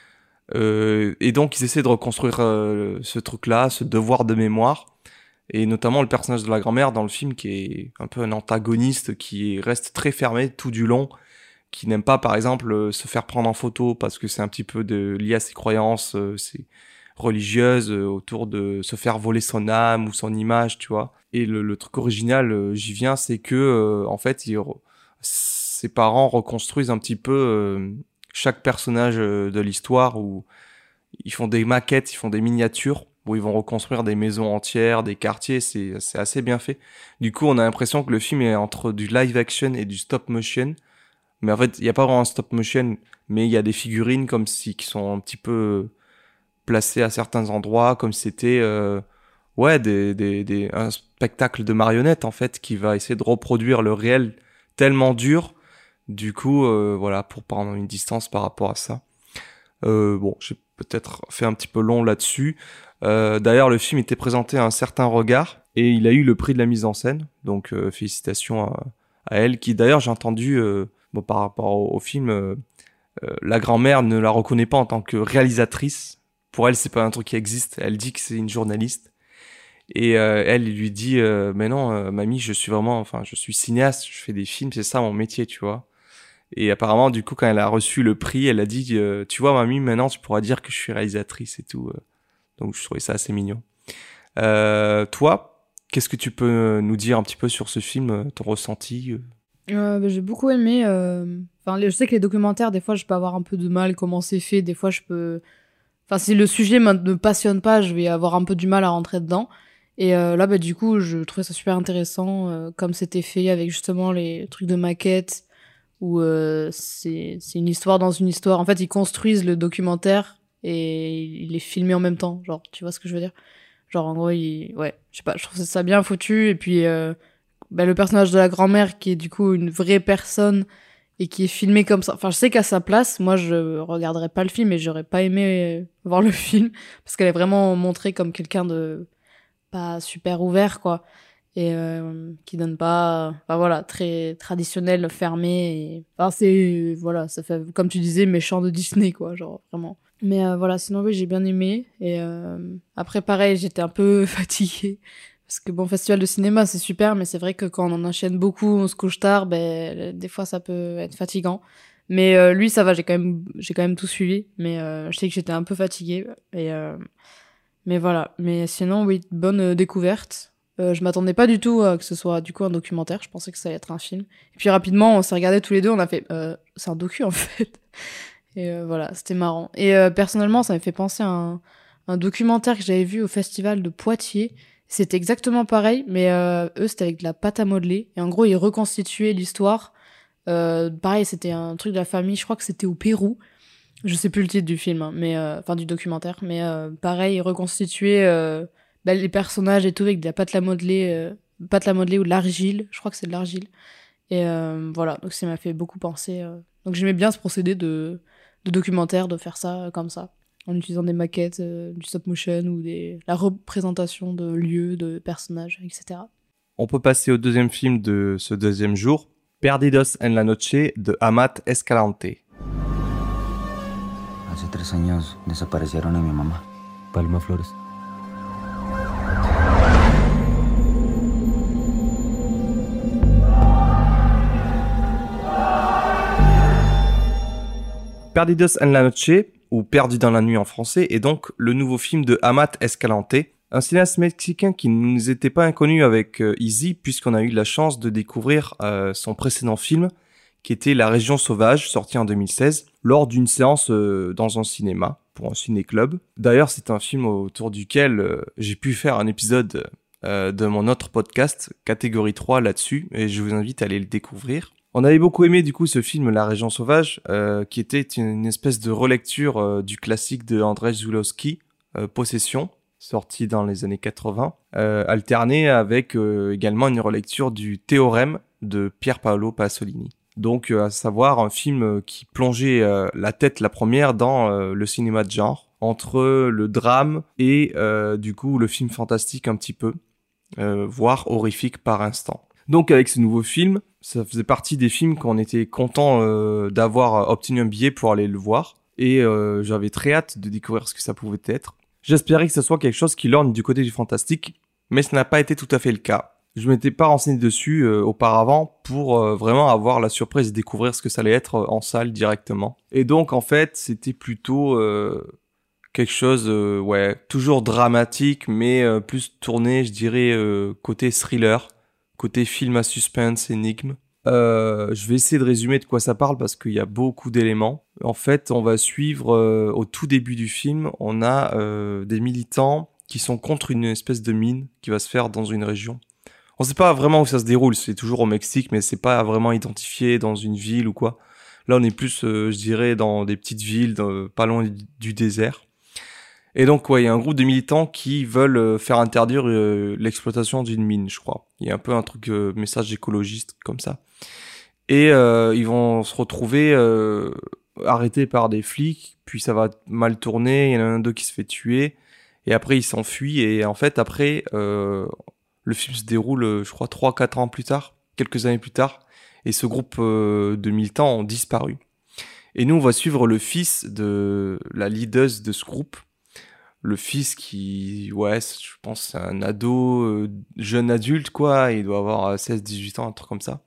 Euh, et donc, ils essaient de reconstruire euh, ce truc-là, ce devoir de mémoire. Et notamment le personnage de la grand-mère dans le film qui est un peu un antagoniste, qui reste très fermé tout du long, qui n'aime pas, par exemple, se faire prendre en photo parce que c'est un petit peu de, lié à ses croyances euh, c'est religieuses, euh, autour de se faire voler son âme ou son image, tu vois. Et le, le truc original, euh, j'y viens, c'est que, euh, en fait, il, ses parents reconstruisent un petit peu euh, chaque personnage euh, de l'histoire, où ils font des maquettes, ils font des miniatures, où ils vont reconstruire des maisons entières, des quartiers, c'est, c'est assez bien fait. Du coup, on a l'impression que le film est entre du live action et du stop motion. Mais en fait, il n'y a pas vraiment un stop motion, mais il y a des figurines comme si, qui sont un petit peu placées à certains endroits, comme si c'était euh, ouais, des, des, des, un spectacle de marionnettes, en fait, qui va essayer de reproduire le réel tellement dur. Du coup, euh, voilà, pour prendre une distance par rapport à ça. Euh, bon, j'ai peut-être fait un petit peu long là-dessus. Euh, d'ailleurs, le film était présenté à un certain regard, et il a eu le prix de la mise en scène. Donc, euh, félicitations à, à elle, qui d'ailleurs, j'ai entendu... Euh, Bon, par rapport au, au film, euh, euh, la grand-mère ne la reconnaît pas en tant que réalisatrice. Pour elle, c'est pas un truc qui existe. Elle dit que c'est une journaliste. Et euh, elle lui dit euh, mais non, euh, mamie, je suis vraiment, enfin, je suis cinéaste, je fais des films, c'est ça mon métier, tu vois. Et apparemment, du coup, quand elle a reçu le prix, elle a dit euh, tu vois, mamie, maintenant, tu pourras dire que je suis réalisatrice et tout. Donc, je trouvais ça assez mignon. Euh, toi, qu'est-ce que tu peux nous dire un petit peu sur ce film, ton ressenti? Euh, bah, j'ai beaucoup aimé. euh, Enfin, les- je sais que les documentaires, des fois, je peux avoir un peu de mal comment c'est fait. Des fois, je peux. Enfin, si le sujet me me passionne pas, je vais avoir un peu du mal à rentrer dedans. Et euh, là, bah, du coup, je trouvais ça super intéressant, euh, comme c'était fait avec justement les trucs de maquettes, où euh, c'est c'est une histoire dans une histoire. En fait, ils construisent le documentaire et il est filmé en même temps. Genre, tu vois ce que je veux dire? Genre, en gros, il... ouais, je sais pas, je trouve ça bien foutu. Et puis. Euh, bah, le personnage de la grand-mère qui est du coup une vraie personne et qui est filmé comme ça. Enfin, je sais qu'à sa place, moi, je regarderais pas le film et j'aurais pas aimé euh, voir le film parce qu'elle est vraiment montrée comme quelqu'un de pas super ouvert, quoi, et euh, qui donne pas, enfin voilà, très traditionnel, fermé. Et... Enfin, c'est voilà, ça fait comme tu disais méchant de Disney, quoi, genre vraiment. Mais euh, voilà, sinon oui, j'ai bien aimé. Et euh, après, pareil, j'étais un peu fatiguée. Parce que bon, festival de cinéma, c'est super, mais c'est vrai que quand on en enchaîne beaucoup, on se couche tard, ben, des fois, ça peut être fatigant. Mais euh, lui, ça va, j'ai quand même, j'ai quand même tout suivi. Mais euh, je sais que j'étais un peu fatiguée. Et, euh, mais voilà. Mais sinon, oui, bonne euh, découverte. Euh, je m'attendais pas du tout à que ce soit du coup un documentaire. Je pensais que ça allait être un film. Et puis rapidement, on s'est regardé tous les deux, on a fait, euh, c'est un docu en fait. Et euh, voilà, c'était marrant. Et euh, personnellement, ça m'a fait penser à un, un documentaire que j'avais vu au festival de Poitiers. C'était exactement pareil, mais euh, eux, c'était avec de la pâte à modeler. Et en gros, ils reconstituaient l'histoire. Euh, pareil, c'était un truc de la famille. Je crois que c'était au Pérou. Je sais plus le titre du film, hein, mais euh, enfin du documentaire. Mais euh, pareil, ils reconstituaient euh, bah, les personnages et tout avec de la pâte à modeler, euh, pâte à modeler ou de l'argile. Je crois que c'est de l'argile. Et euh, voilà, donc ça m'a fait beaucoup penser. Euh... Donc j'aimais bien ce procédé de, de documentaire, de faire ça euh, comme ça, en utilisant des maquettes, euh, du stop motion ou des... la représentation de lieux, de personnages, et cetera. On peut passer au deuxième film de ce deuxième jour, Perdidos en la Noche de Amat Escalante. Hace tres años desaparecieron a mi mamá. Palma Flores. Perdidos en la Noche, ou Perdu dans la nuit en français, est donc le nouveau film de Amat Escalante, un cinéaste mexicain qui ne nous était pas inconnu avec euh, Easy, puisqu'on a eu la chance de découvrir euh, son précédent film, qui était La Région Sauvage, sorti en deux mille seize, lors d'une séance euh, dans un cinéma, pour un ciné-club. D'ailleurs, c'est un film autour duquel euh, j'ai pu faire un épisode euh, de mon autre podcast, catégorie trois, là-dessus, et je vous invite à aller le découvrir. On avait beaucoup aimé du coup ce film La Région Sauvage, euh, qui était une, une espèce de relecture euh, du classique de Andrzej Zulawski, euh, Possession, sorti dans les années quatre-vingts, euh, alterné avec euh, également une relecture du Théorème de Pier Paolo Pasolini. Donc euh, à savoir un film qui plongeait euh, la tête la première dans euh, le cinéma de genre, entre le drame et euh, du coup le film fantastique un petit peu, euh, voire horrifique par instant. Donc avec ce nouveau film, ça faisait partie des films qu'on était content euh, d'avoir obtenu un billet pour aller le voir. et euh, j'avais très hâte de découvrir ce que ça pouvait être. J'espérais que ce soit quelque chose qui lorgne du côté du fantastique, mais ce n'a pas été tout à fait le cas. Je m'étais pas renseigné dessus euh, auparavant pour euh, vraiment avoir la surprise de découvrir ce que ça allait être euh, en salle directement. Et donc en fait, c'était plutôt euh, quelque chose, euh, ouais, toujours dramatique, mais euh, plus tourné, je dirais, euh, côté thriller, côté film à suspense, énigme. Euh, je vais essayer de résumer de quoi ça parle parce qu'il y a beaucoup d'éléments. En fait, on va suivre euh, au tout début du film, on a euh, des militants qui sont contre une espèce de mine qui va se faire dans une région. On sait pas vraiment où ça se déroule, c'est toujours au Mexique, mais c'est pas vraiment identifié dans une ville ou quoi. Là, on est plus, euh, je dirais, dans des petites villes, dans, pas loin du, du désert. Et donc, ouais, il y a un groupe de militants qui veulent euh, faire interdire euh, l'exploitation d'une mine, je crois. Il y a un peu un truc, euh, message écologiste comme ça. Et euh, ils vont se retrouver euh, arrêtés par des flics, puis ça va mal tourner, il y en a un d'eux qui se fait tuer, et après il s'enfuit, et en fait, après... Euh, le film se déroule, je crois, trois quatre ans plus tard, quelques années plus tard, et ce groupe euh, de militants ont disparu. Et nous, on va suivre le fils de la leader de ce groupe, le fils qui, ouais, je pense c'est un ado, euh, jeune adulte, quoi, il doit avoir seize dix-huit ans, un truc comme ça.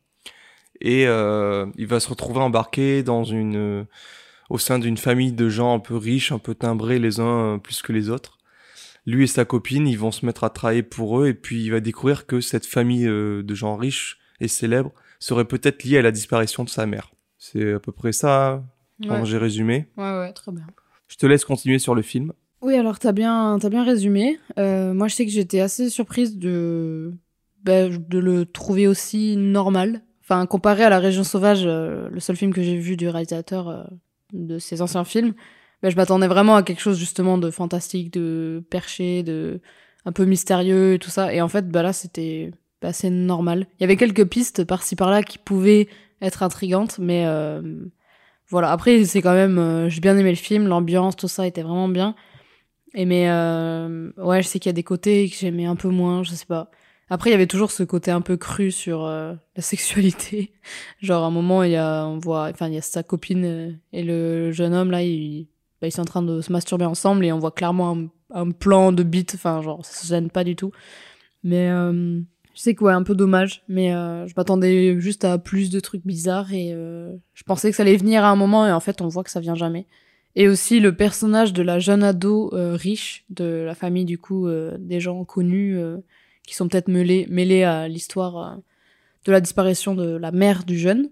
Et euh, il va se retrouver embarqué dans une, euh, au sein d'une famille de gens un peu riches, un peu timbrés les uns euh, plus que les autres. Lui et sa copine, ils vont se mettre à travailler pour eux, et puis il va découvrir que cette famille euh, de gens riches et célèbres serait peut-être liée à la disparition de sa mère. C'est à peu près ça, ouais. Quand j'ai résumé. Ouais, ouais, très bien. Je te laisse continuer sur le film. Oui, alors t'as bien, t'as bien résumé. Euh, moi, je sais que j'étais assez surprise de, bah, de le trouver aussi normal. Enfin, comparé à La Région Sauvage, euh, le seul film que j'ai vu du réalisateur euh, de ses anciens films, bah, je m'attendais vraiment à quelque chose justement de fantastique, de perché, de un peu mystérieux et tout ça. Et en fait, bah là, c'était bah, assez normal. Il y avait quelques pistes par-ci par-là qui pouvaient être intrigantes, mais euh, voilà. Après, c'est quand même, euh, j'ai bien aimé le film, l'ambiance, tout ça était vraiment bien. Et mais euh, ouais, je sais qu'il y a des côtés que j'aimais un peu moins, je sais pas. Après, il y avait toujours ce côté un peu cru sur euh, la sexualité. Genre, à un moment, il y a, on voit, enfin, il y a sa copine euh, et le jeune homme là, il Bah, ils sont en train de se masturber ensemble et on voit clairement un, un plan de bite, enfin genre ça se gêne pas du tout. Mais euh, je sais que ouais, un peu dommage, mais euh, je m'attendais juste à plus de trucs bizarres et euh, je pensais que ça allait venir à un moment et en fait on voit que ça vient jamais. Et aussi le personnage de la jeune ado euh, riche de la famille du coup euh, des gens connus euh, qui sont peut-être mêlés, mêlés à l'histoire euh, de la disparition de la mère du jeune.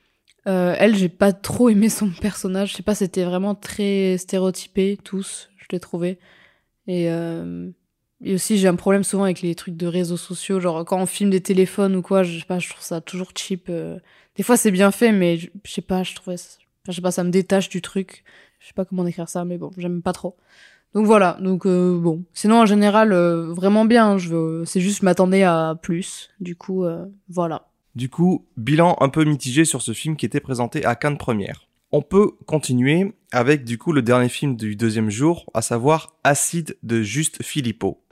Euh, elle, j'ai pas trop aimé son personnage. Je sais pas, c'était vraiment très stéréotypé, tous, je l'ai trouvé. Et, euh, et aussi, j'ai un problème souvent avec les trucs de réseaux sociaux. Genre, quand on filme des téléphones ou quoi, je sais pas, je trouve ça toujours cheap. Euh. Des fois, c'est bien fait, mais je, je sais pas, je trouvais... Enfin, je sais pas, ça me détache du truc. Je sais pas comment décrire ça, mais bon, j'aime pas trop. Donc voilà, donc euh, bon. Sinon, en général, euh, vraiment bien. Je veux... C'est juste, je m'attendais à plus. Du coup, euh, voilà. Du coup, bilan un peu mitigé sur ce film qui était présenté à Cannes Première. On peut continuer avec du coup le dernier film du deuxième jour, à savoir Acide de Juste Philippot.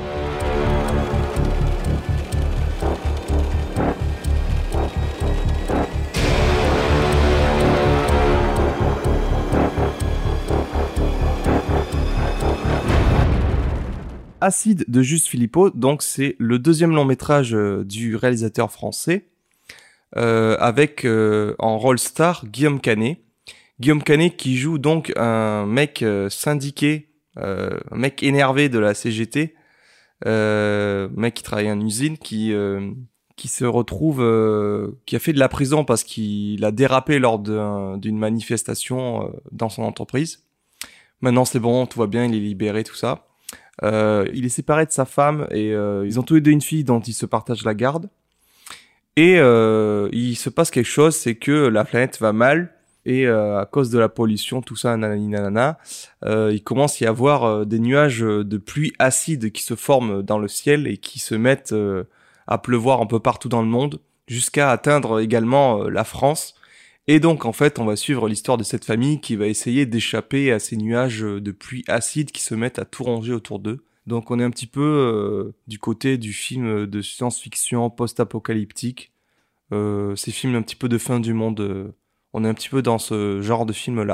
Acide de Juste Philippot, donc c'est le deuxième long métrage euh, du réalisateur français, euh, avec euh, en rôle star Guillaume Canet. Guillaume Canet qui joue donc un mec euh, syndiqué, euh, un mec énervé de la C G T, euh, mec qui travaille en usine, qui euh, qui se retrouve, euh, qui a fait de la prison parce qu'il a dérapé lors d'un, d'une manifestation euh, dans son entreprise. Maintenant c'est bon, tout va bien, il est libéré, tout ça. Euh, il est séparé de sa femme et euh, ils ont tous les deux une fille dont ils se partagent la garde. Et euh, il se passe quelque chose, c'est que la planète va mal et euh, à cause de la pollution, tout ça, nanani nanana, euh, il commence à y avoir euh, des nuages de pluie acide qui se forment dans le ciel et qui se mettent euh, à pleuvoir un peu partout dans le monde, jusqu'à atteindre également euh, la France. Et donc, en fait, on va suivre l'histoire de cette famille qui va essayer d'échapper à ces nuages de pluie acide qui se mettent à tout ronger autour d'eux. Donc, on est un petit peu euh, du côté du film de science-fiction post-apocalyptique. Euh, ces films un petit peu de fin du monde, euh, on est un petit peu dans ce genre de film-là.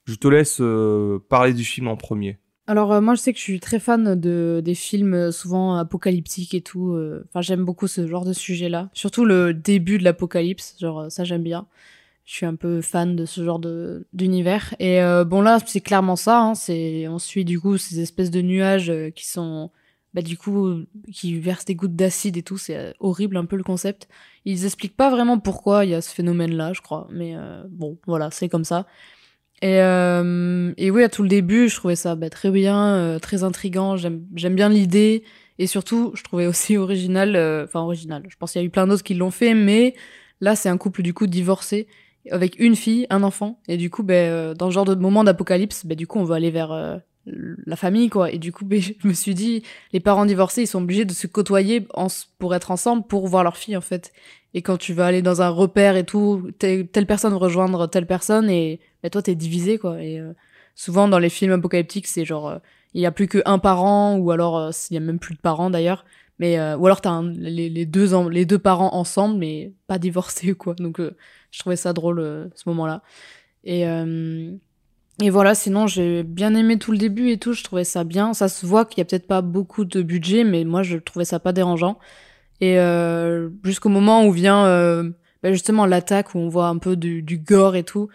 Je te laisse euh, parler du film en premier. Alors euh, moi je sais que je suis très fan de des films euh, souvent apocalyptiques et tout. euh, Enfin j'aime beaucoup ce genre de sujet-là. Surtout le début de l'apocalypse, genre euh, ça j'aime bien. Je suis un peu fan de ce genre de d'univers. Et euh, bon là c'est clairement ça. Hein, c'est on suit du coup ces espèces de nuages euh, qui sont bah du coup qui versent des gouttes d'acide et tout. C'est euh, horrible un peu le concept. Ils expliquent pas vraiment pourquoi il y a ce phénomène-là, je crois. Mais euh, bon voilà c'est comme ça. Et, euh, et oui, à tout le début, je trouvais ça bah, très bien, euh, très intriguant. J'aime, j'aime bien l'idée. Et surtout, je trouvais aussi original, enfin euh, original. Je pense qu'il y a eu plein d'autres qui l'ont fait, mais là, c'est un couple du coup divorcé, avec une fille, un enfant. Et du coup, bah, euh, dans ce genre de moment d'apocalypse, bah, du coup, on va aller vers euh, la famille, quoi. Et du coup, bah, je me suis dit, les parents divorcés, ils sont obligés de se côtoyer en, pour être ensemble, pour voir leur fille, en fait. Et quand tu vas aller dans un repère et tout, telle, telle personne rejoindre telle personne, et bah, toi, t'es divisé, quoi. Et euh, souvent, dans les films apocalyptiques, c'est genre, euh, il y a plus qu'un parent, ou alors, euh, il y a même plus de parents, d'ailleurs. Mais, euh, ou alors, t'as un, les, les, deux en, les deux parents ensemble, mais pas divorcés, quoi. Donc, euh, je trouvais ça drôle, euh, ce moment-là. Et, euh, et voilà, sinon, j'ai bien aimé tout le début et tout, je trouvais ça bien. Ça se voit qu'il y a peut-être pas beaucoup de budget, mais moi, je trouvais ça pas dérangeant. Et euh, jusqu'au moment où vient euh, bah justement l'attaque, où on voit un peu du, du gore et tout,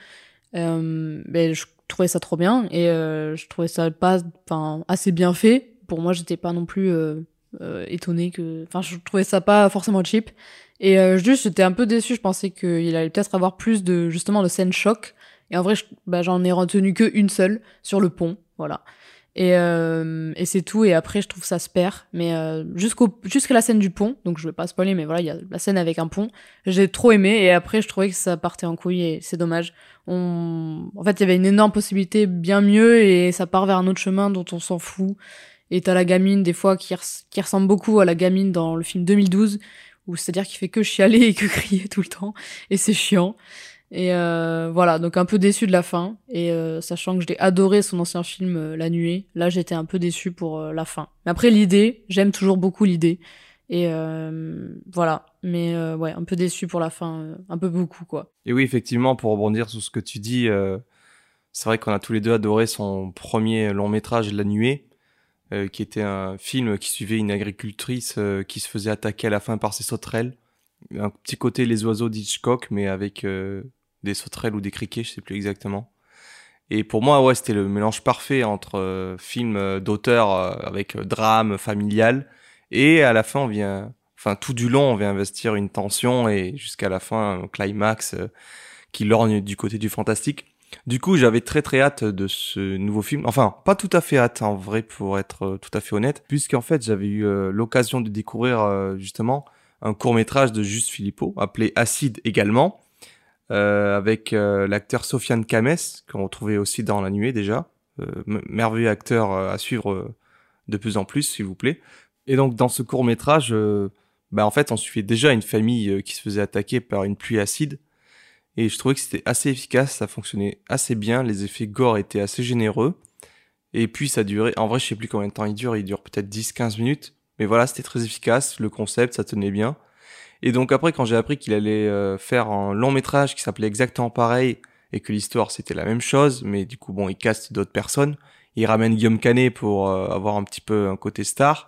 euh, bah je trouvais ça trop bien. Et euh, je trouvais ça pas, enfin, assez bien fait. Pour moi, j'étais pas non plus euh, euh, étonnée que... Enfin, je trouvais ça pas forcément cheap. Et euh, juste, j'étais un peu déçue. Je pensais qu'il allait peut-être avoir plus de, justement, de scènes choc. Et en vrai, je, bah, j'en ai retenu que une seule, sur le pont. Voilà. Et, euh, et c'est tout. Et après, je trouve ça se perd. Mais euh, jusqu'au, jusqu'à la scène du pont, donc je vais pas spoiler, mais voilà, il y a la scène avec un pont. J'ai trop aimé. Et après, je trouvais que ça partait en couille et c'est dommage. On... En fait, il y avait une énorme possibilité bien mieux et ça part vers un autre chemin dont on s'en fout. Et t'as la gamine, des fois, qui, res... qui ressemble beaucoup à la gamine dans le film deux mille douze, où c'est-à-dire qu'il fait que chialer et que crier tout le temps. Et c'est chiant. Et euh, voilà, donc un peu déçu de la fin. Et euh, sachant que j'ai adoré son ancien film euh, La Nuée, là j'étais un peu déçue pour euh, la fin. Mais après l'idée, j'aime toujours beaucoup l'idée. Et euh, voilà, mais euh, ouais, un peu déçu pour la fin, euh, un peu beaucoup quoi. Et oui, effectivement, pour rebondir sur ce que tu dis, euh, c'est vrai qu'on a tous les deux adoré son premier long métrage La Nuée, euh, qui était un film qui suivait une agricultrice euh, qui se faisait attaquer à la fin par ses sauterelles. Un petit côté Les Oiseaux d'Hitchcock, mais avec... Euh, des sauterelles ou des criquets, je sais plus exactement. Et pour moi, ouais, c'était le mélange parfait entre euh, film euh, d'auteur euh, avec euh, drame familial, et à la fin, on vient, enfin tout du long, on vient investir une tension et jusqu'à la fin, un climax euh, qui lorgne du côté du fantastique. Du coup, j'avais très très hâte de ce nouveau film. Enfin, pas tout à fait hâte en vrai, pour être euh, tout à fait honnête, puisqu'en fait, j'avais eu euh, l'occasion de découvrir euh, justement un court métrage de Juste Philippot appelé Acide également. Euh, avec euh, l'acteur Sofiane Kames, qu'on retrouvait aussi dans La Nuée déjà. Euh, m- merveilleux acteur euh, à suivre euh, de plus en plus, s'il vous plaît. Et donc, dans ce court-métrage, euh, bah, en fait, on suivait déjà une famille euh, qui se faisait attaquer par une pluie acide. Et je trouvais que c'était assez efficace, ça fonctionnait assez bien, les effets gore étaient assez généreux. Et puis, ça durait... En vrai, je sais plus combien de temps il dure, il dure peut-être dix à quinze minutes. Mais voilà, c'était très efficace, le concept, ça tenait bien. Et donc après, quand j'ai appris qu'il allait euh, faire un long métrage qui s'appelait exactement pareil, et que l'histoire c'était la même chose, mais du coup bon, il caste d'autres personnes, il ramène Guillaume Canet pour euh, avoir un petit peu un côté star,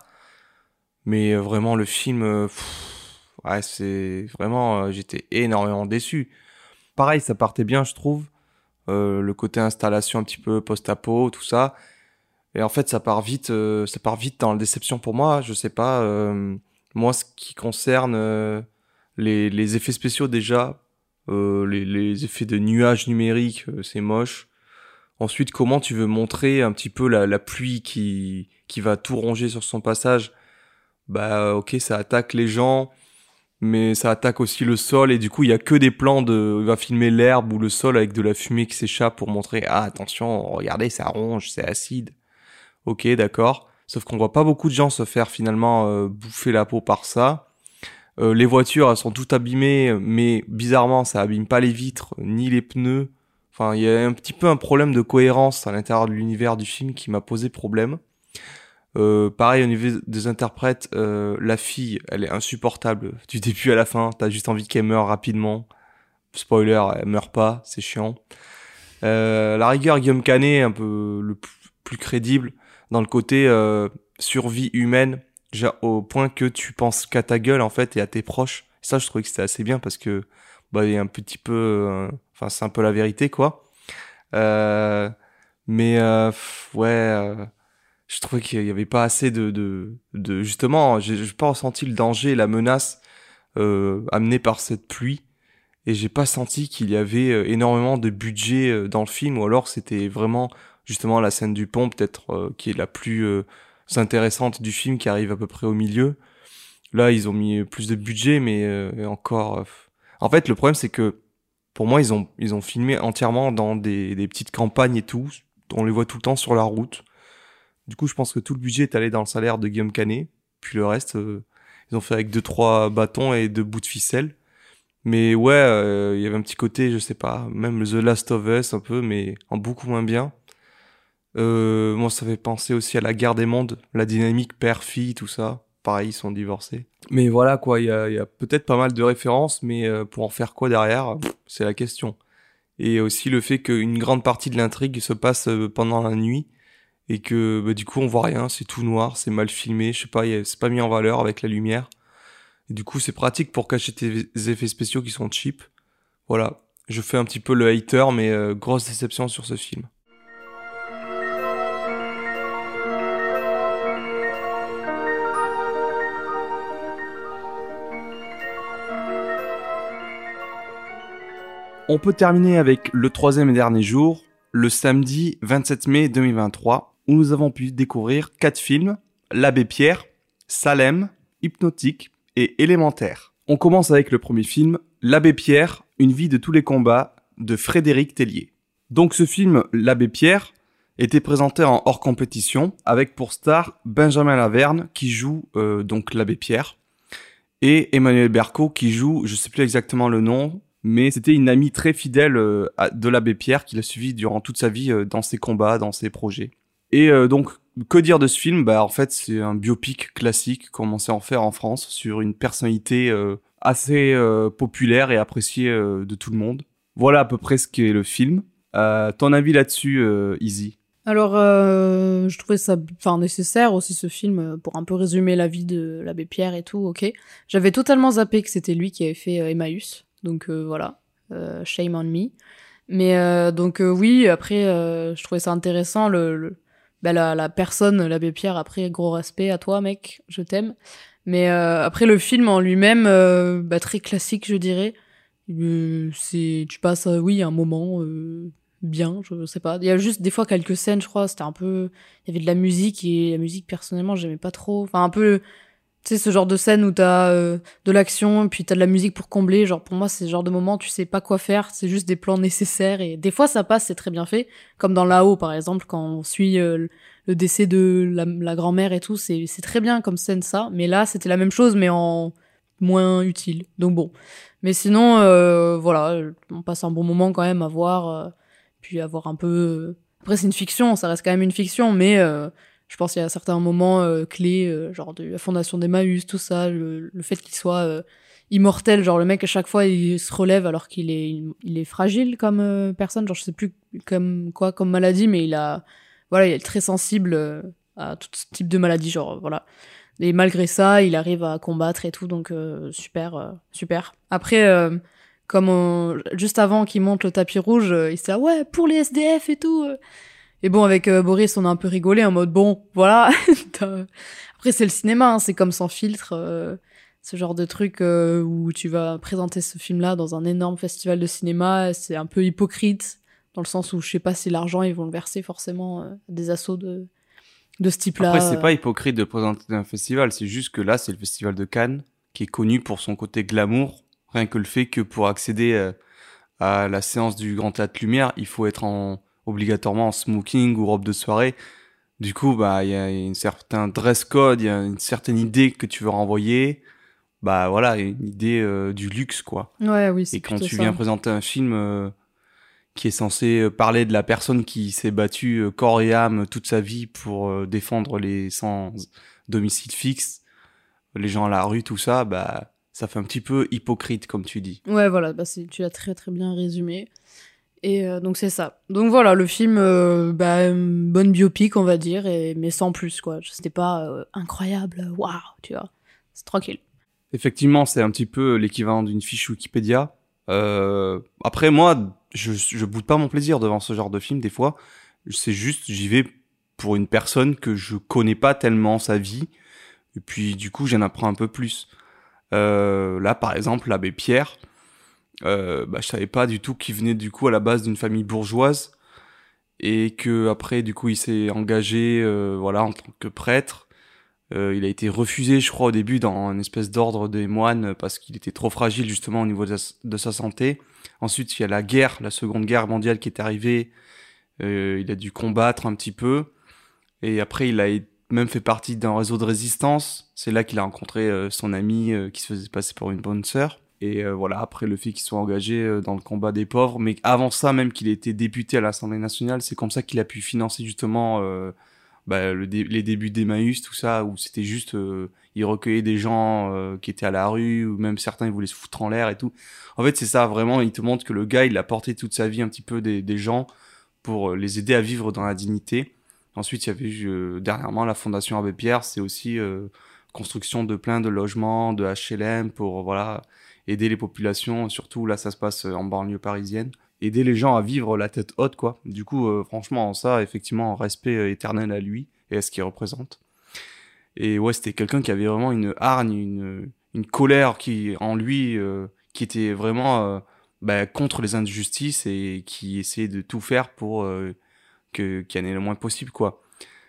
mais euh, vraiment le film, euh, pff, ouais, c'est vraiment, euh, j'étais énormément déçu. Pareil, ça partait bien, je trouve, euh, le côté installation un petit peu post-apo, tout ça, et en fait ça part vite, euh, ça part vite dans la déception pour moi, je sais pas. Euh, Moi, ce qui concerne euh, les, les effets spéciaux déjà, euh, les, les effets de nuages numériques, euh, c'est moche. Ensuite, comment tu veux montrer un petit peu la, la pluie qui, qui va tout ronger sur son passage? Bah ok, ça attaque les gens, mais ça attaque aussi le sol, et du coup, il y a que des plans de... Il va filmer l'herbe ou le sol avec de la fumée qui s'échappe pour montrer « Ah, attention, regardez, ça ronge, c'est acide. » Ok, d'accord. Sauf qu'on voit pas beaucoup de gens se faire finalement euh, bouffer la peau par ça. Euh, les voitures, elles sont toutes abîmées, mais bizarrement, ça abîme pas les vitres, ni les pneus. Enfin, il y a un petit peu un problème de cohérence à l'intérieur de l'univers du film qui m'a posé problème. Euh, pareil, au niveau des interprètes, euh, la fille, elle est insupportable. Du début à la fin, t'as juste envie qu'elle meure rapidement. Spoiler, elle meurt pas, c'est chiant. Euh, à la rigueur, Guillaume Canet, un peu le p- plus crédible dans le côté euh, survie humaine, déjà, au point que tu penses qu'à ta gueule en fait et à tes proches. Ça, je trouvais que c'était assez bien parce que bah il y a un petit peu, euh, enfin c'est un peu la vérité quoi. Euh, mais euh, pff, ouais, euh, je trouvais qu'il y avait pas assez de, de, de justement, j'ai, j'ai pas ressenti le danger, la menace euh, amenée par cette pluie. Et j'ai pas senti qu'il y avait euh, énormément de budget euh, dans le film, ou alors c'était vraiment justement la scène du pont, peut-être euh, qui est la plus euh, intéressante du film, qui arrive à peu près au milieu. Là, ils ont mis plus de budget, mais euh, encore. Euh... En fait, le problème c'est que pour moi, ils ont ils ont filmé entièrement dans des des petites campagnes et tout. On les voit tout le temps sur la route. Du coup, je pense que tout le budget est allé dans le salaire de Guillaume Canet, puis le reste, euh, ils ont fait avec deux trois bâtons et deux bouts de ficelle. Mais ouais, il euh, y avait un petit côté, je sais pas, même The Last of Us un peu, mais en beaucoup moins bien. Euh, moi, ça fait penser aussi à la guerre des mondes, la dynamique père-fille, tout ça. Pareil, ils sont divorcés. Mais voilà, quoi, il y a, y a peut-être pas mal de références, mais euh, pour en faire quoi derrière, pff, c'est la question. Et aussi le fait qu'une grande partie de l'intrigue se passe euh, pendant la nuit, et que bah, du coup, on voit rien, c'est tout noir, c'est mal filmé, je sais pas, y a, c'est pas mis en valeur avec la lumière. Et du coup, c'est pratique pour cacher tes effets spéciaux qui sont cheap. Voilà, je fais un petit peu le hater, mais euh, grosse déception sur ce film. On peut terminer avec le troisième et dernier jour, le samedi vingt-sept mai deux mille vingt-trois, où nous avons pu découvrir quatre films, L'Abbé Pierre, Salem, Hypnotique et Élémentaire. On commence avec le premier film, L'Abbé Pierre, une vie de tous les combats, de Frédéric Tellier. Donc ce film, L'Abbé Pierre, était présenté en hors compétition, avec pour star Benjamin Laverne, qui joue euh, donc l'Abbé Pierre, et Emmanuel Berco, qui joue, je sais plus exactement le nom, mais c'était une amie très fidèle euh, de l'Abbé Pierre, qui l'a suivi durant toute sa vie euh, dans ses combats, dans ses projets. Et euh, donc, que dire de ce film ? Bah en fait, c'est un biopic classique, comme on sait en faire en France, sur une personnalité euh, assez euh, populaire et appréciée euh, de tout le monde. Voilà à peu près ce qu'est le film. Euh, ton avis là-dessus, euh, Izzy ? Alors, euh, je trouvais ça enfin, nécessaire aussi, ce film, pour un peu résumer la vie de l'abbé Pierre et tout, ok. J'avais totalement zappé que c'était lui qui avait fait euh, Emmaüs, donc euh, voilà, euh, shame on me. Mais euh, donc euh, oui, après, euh, je trouvais ça intéressant, le... le... Bah, la, la personne, l'abbé Pierre, après, gros respect à toi, mec, je t'aime. Mais euh, après, le film en lui-même, euh, bah, très classique, je dirais. Euh, c'est, tu passes, euh, oui, un moment euh, bien, je sais pas. Il y a juste des fois quelques scènes, je crois, c'était un peu... Il y avait de la musique, et la musique, personnellement, j'aimais pas trop. Enfin, un peu... Tu sais, ce genre de scène où t'as euh, de l'action, puis t'as de la musique pour combler. Genre, pour moi, c'est ce genre de moment, tu sais pas quoi faire, c'est juste des plans nécessaires. Et des fois, ça passe, c'est très bien fait. Comme dans Là-haut, par exemple, quand on suit euh, le décès de la, la grand-mère et tout, c'est, c'est très bien comme scène, ça. Mais là, c'était la même chose, mais en moins utile. Donc bon. Mais sinon, euh, voilà, on passe un bon moment quand même à voir, euh, puis à voir un peu... Après, c'est une fiction, ça reste quand même une fiction, mais... Euh, je pense qu'il y a certains moments euh, clés, euh, genre de la fondation d'Emmaüs, tout ça, le, le fait qu'il soit euh, immortel, genre le mec à chaque fois il se relève alors qu'il est, il, il est fragile comme euh, personne, genre je sais plus comme quoi comme maladie, mais il a, voilà, il est très sensible euh, à tout ce type de maladie, genre voilà. Et malgré ça, il arrive à combattre et tout, donc euh, super, euh, super. Après, euh, comme on, juste avant qu'il monte le tapis rouge, euh, il s'est là, ouais, pour les S D F et tout. Euh. Et bon, avec euh, Boris, on a un peu rigolé en mode, bon, voilà. Après, c'est le cinéma, hein, c'est comme Sans filtre, euh, ce genre de truc euh, où tu vas présenter ce film-là dans un énorme festival de cinéma, c'est un peu hypocrite, dans le sens où je sais pas si l'argent, ils vont le verser forcément euh, à des assos de, de ce type-là. Après, c'est pas hypocrite de présenter un festival, c'est juste que là, c'est le festival de Cannes, qui est connu pour son côté glamour, rien que le fait que pour accéder euh, à la séance du Grand Théâtre Lumière, il faut être en... obligatoirement en smoking ou robe de soirée. Du coup, bah, il y a un certain dress code, il y a une certaine idée que tu veux renvoyer. Bah, voilà, une idée euh, du luxe, quoi. Ouais, oui, c'est Et quand tu ça. viens présenter un film euh, qui est censé parler de la personne qui s'est battue euh, corps et âme toute sa vie pour euh, défendre les sans domicile fixe, les gens à la rue, tout ça, bah, ça fait un petit peu hypocrite, comme tu dis. Ouais, voilà, bah, c'est, tu l'as très très bien résumé. Et euh, donc c'est ça. Donc voilà, le film, euh, bah, une bonne biopic, on va dire, et, mais sans plus, quoi. C'était pas euh, incroyable, waouh, tu vois. C'est tranquille. Effectivement, c'est un petit peu l'équivalent d'une fiche Wikipédia. Euh, après, moi, je, je boude pas mon plaisir devant ce genre de film, des fois. C'est juste, j'y vais pour une personne que je connais pas tellement sa vie. Et puis, du coup, j'en apprends un peu plus. Euh, là, par exemple, l'abbé Pierre, euh, bah, je savais pas du tout qu'il venait, du coup, à la base d'une famille bourgeoise. Et que après, du coup, il s'est engagé, euh, voilà, en tant que prêtre. Euh, il a été refusé, je crois, au début dans une espèce d'ordre des moines parce qu'il était trop fragile justement au niveau de sa, de sa santé. Ensuite, il y a la guerre, la Seconde Guerre mondiale qui est arrivée. Euh, il a dû combattre un petit peu. Et après, il a même fait partie d'un réseau de résistance. C'est là qu'il a rencontré euh, son ami euh, qui se faisait passer pour une bonne sœur. Et euh, voilà, après le fait qu'il soit engagé euh, dans le combat des pauvres. Mais avant ça, même qu'il ait été député à l'Assemblée nationale, c'est comme ça qu'il a pu financer justement... Euh, Bah, le dé- les débuts d'Emmaüs, tout ça, où c'était juste, euh, il recueillait des gens euh, qui étaient à la rue, ou même certains, ils voulaient se foutre en l'air et tout. En fait, c'est ça, vraiment, il te montre que le gars, il a porté toute sa vie un petit peu des, des gens pour euh, les aider à vivre dans la dignité. Ensuite, il y avait euh, dernièrement la Fondation Abbé Pierre, c'est aussi euh, construction de plein de logements, de H L M, pour voilà aider les populations, surtout là, ça se passe en banlieue parisienne. Aider les gens à vivre la tête haute, quoi. Du coup, euh, franchement, ça, effectivement, respect euh, éternel à lui et à ce qu'il représente. Et ouais, c'était quelqu'un qui avait vraiment une hargne, une, une colère qui, en lui, euh, qui était vraiment euh, bah, contre les injustices et qui essayait de tout faire pour euh, que, qu'il y en ait le moins possible, quoi.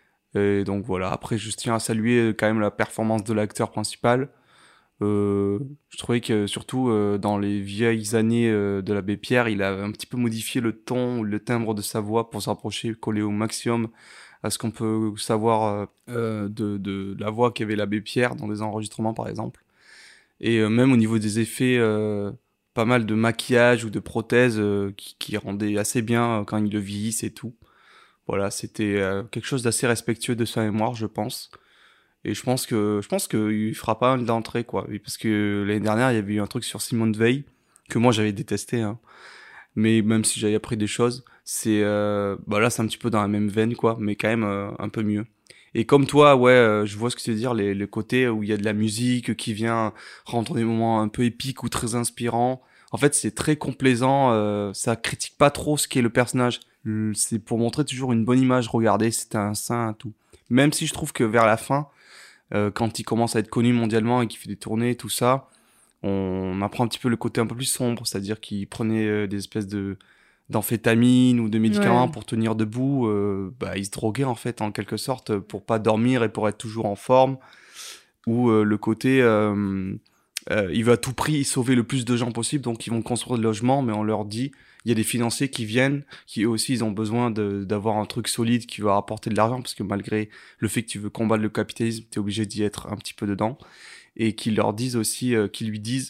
Et donc voilà, après, je tiens à saluer quand même la performance de l'acteur principal. Euh, je trouvais que surtout euh, dans les vieilles années euh, de l'abbé Pierre, il a un petit peu modifié le ton, le timbre de sa voix pour se rapprocher, coller au maximum à ce qu'on peut savoir euh, de, de la voix qu'avait l'abbé Pierre dans des enregistrements par exemple. Et euh, même au niveau des effets, euh, pas mal de maquillage ou de prothèses euh, qui, qui rendaient assez bien euh, quand il le vieillissait et tout. Voilà, c'était euh, quelque chose d'assez respectueux de sa mémoire, je pense. Et je pense que je pense qu'il fera pas mal d'entrées, quoi. Parce que l'année dernière, il y avait eu un truc sur Simone Veil que moi j'avais détesté, hein. Mais même si j'avais appris des choses, c'est euh, bah là c'est un petit peu dans la même veine, quoi, mais quand même euh, un peu mieux. Et comme toi, ouais, euh, je vois ce que tu veux dire, les les côtés où il y a de la musique qui vient rendre des moments un peu épiques ou très inspirants. En fait, c'est très complaisant, euh, ça critique pas trop ce qu'est le personnage. C'est pour montrer toujours une bonne image. Regardez, c'est un saint, tout. Même si je trouve que vers la fin, Euh, quand il commence à être connu mondialement et qu'il fait des tournées, tout ça, on apprend un petit peu le côté un peu plus sombre, c'est-à-dire qu'il prenait euh, des espèces de d'amphétamines ou de médicaments ouais. pour tenir debout. Euh, bah, il se droguait en fait, en quelque sorte, pour pas dormir et pour être toujours en forme. Ou euh, le côté, euh, euh, il veut à tout prix sauver le plus de gens possible, donc ils vont construire des logements, mais on leur dit, il y a des financiers qui viennent, qui eux aussi ils ont besoin de, d'avoir un truc solide qui va rapporter de l'argent, parce que malgré le fait que tu veux combattre le capitalisme, t'es obligé d'y être un petit peu dedans, et qu'ils leur disent aussi, euh, qu'ils lui disent,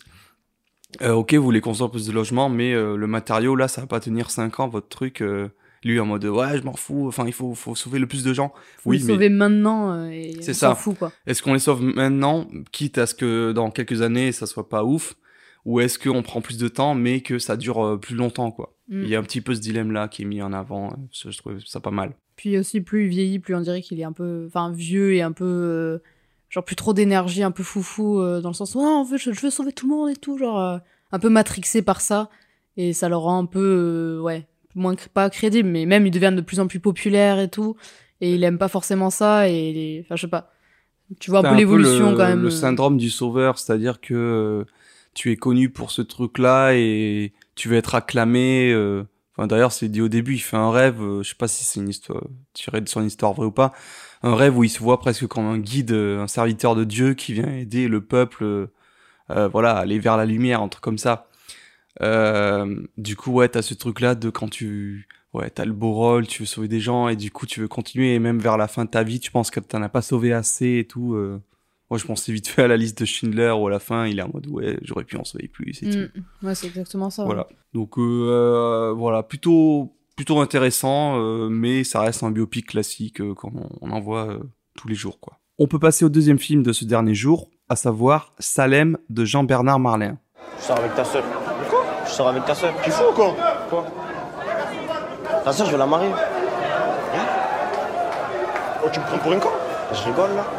euh, ok, vous voulez construire plus de logements, mais euh, le matériau là, ça va pas tenir cinq ans, votre truc, euh, lui en mode, ouais, je m'en fous, enfin, il faut, faut sauver le plus de gens. Faut oui, les mais sauver maintenant, euh, et c'est on ça. s'en fout, quoi. Est-ce qu'on les sauve maintenant, quitte à ce que dans quelques années, ça soit pas ouf, ou est-ce qu'on prend plus de temps, mais que ça dure euh, plus longtemps, quoi. Mm. Il y a un petit peu ce dilemme-là qui est mis en avant, euh, je trouve ça pas mal. Puis aussi, plus il vieillit, plus on dirait qu'il est un peu, enfin, vieux et un peu, euh, genre plus trop d'énergie, un peu foufou, euh, dans le sens où, oh, en fait, je, je veux sauver tout le monde et tout, genre, euh, un peu matrixé par ça, et ça le rend un peu, euh, ouais, moins, pas crédible, mais même, il devient de plus en plus populaire et tout, et il aime pas forcément ça, et, enfin, je sais pas, tu vois un peu l'évolution, le, quand même. Le syndrome du sauveur, c'est-à-dire que euh, tu es connu pour ce truc-là, et tu veux être acclamé, euh... Enfin, d'ailleurs, c'est dit au début, il fait un rêve, euh, je sais pas si c'est une histoire tirée de son histoire vraie ou pas, un rêve où il se voit presque comme un guide, un serviteur de Dieu qui vient aider le peuple, euh, voilà, aller vers la lumière, un truc comme ça. Euh, du coup, ouais, t'as ce truc-là de quand tu, ouais, t'as le beau rôle, tu veux sauver des gens et du coup, tu veux continuer et même vers la fin de ta vie, tu penses que t'en as pas sauvé assez et tout. Euh... Moi, je pensais vite fait à la liste de Schindler où à la fin, il est en mode ouais, j'aurais pu en sauver plus et mmh. tout. Ouais, c'est exactement ça. Voilà. Ouais. Donc euh, voilà, plutôt plutôt intéressant, euh, mais ça reste un biopic classique euh, qu'on on en voit euh, tous les jours, quoi. On peut passer au deuxième film de ce dernier jour, à savoir Salem de Jean-Bernard Marlin. Je sors avec ta sœur. Quoi ? Je sors avec ta sœur. Tu fous ou quoi ? Quoi ? Ta soeur, je vais la marier. Hein? Oh, tu me prends pour une con? Je rigole là.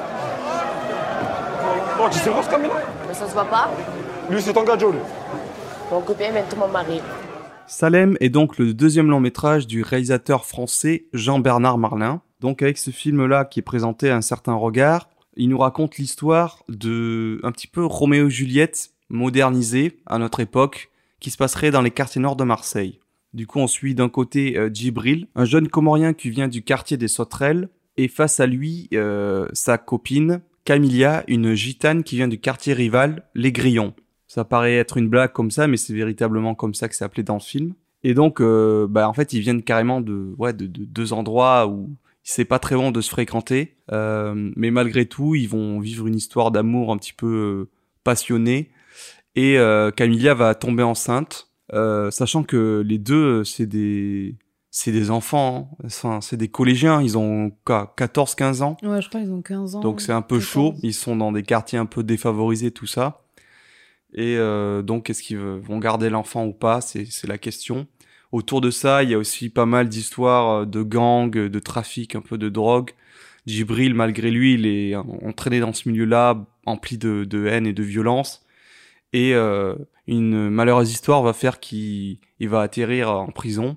Oh, tu sais quoi ce Camila? Mais ça se voit pas. Lui, c'est ton gajo, lui. Mon copain vient de mon mari. Salem est donc le deuxième long métrage du réalisateur français Jean-Bernard Marlin. Donc avec ce film-là qui est présenté à un certain regard, il nous raconte l'histoire de un petit peu Roméo et Juliette modernisé à notre époque, qui se passerait dans les quartiers nord de Marseille. Du coup, on suit d'un côté euh, Djibril, un jeune Comorien qui vient du quartier des Sauterelles, et face à lui, euh, sa copine, Camilla, une gitane qui vient du quartier rival, les Grillons. Ça paraît être une blague comme ça, mais c'est véritablement comme ça que c'est appelé dans le film. Et donc, euh, bah, en fait, ils viennent carrément de, ouais, de, de deux endroits où c'est pas très bon de se fréquenter, euh, mais malgré tout, ils vont vivre une histoire d'amour un petit peu euh, passionnée. Et euh, Camilla va tomber enceinte, euh, sachant que les deux, c'est des, c'est des enfants, hein. Enfin, c'est des collégiens, ils ont quatorze quinze ans. Ouais, je crois qu'ils ont quinze ans. Donc c'est un peu quatorze. chaud, ils sont dans des quartiers un peu défavorisés, tout ça. Et euh, donc, est-ce qu'ils vont garder l'enfant ou pas, c'est, c'est la question. Autour de ça, il y a aussi pas mal d'histoires de gangs, de trafic, un peu de drogue. Djibril, malgré lui, il est entraîné dans ce milieu-là, empli de, de haine et de violence. Et euh, une malheureuse histoire va faire qu'il il va atterrir en prison.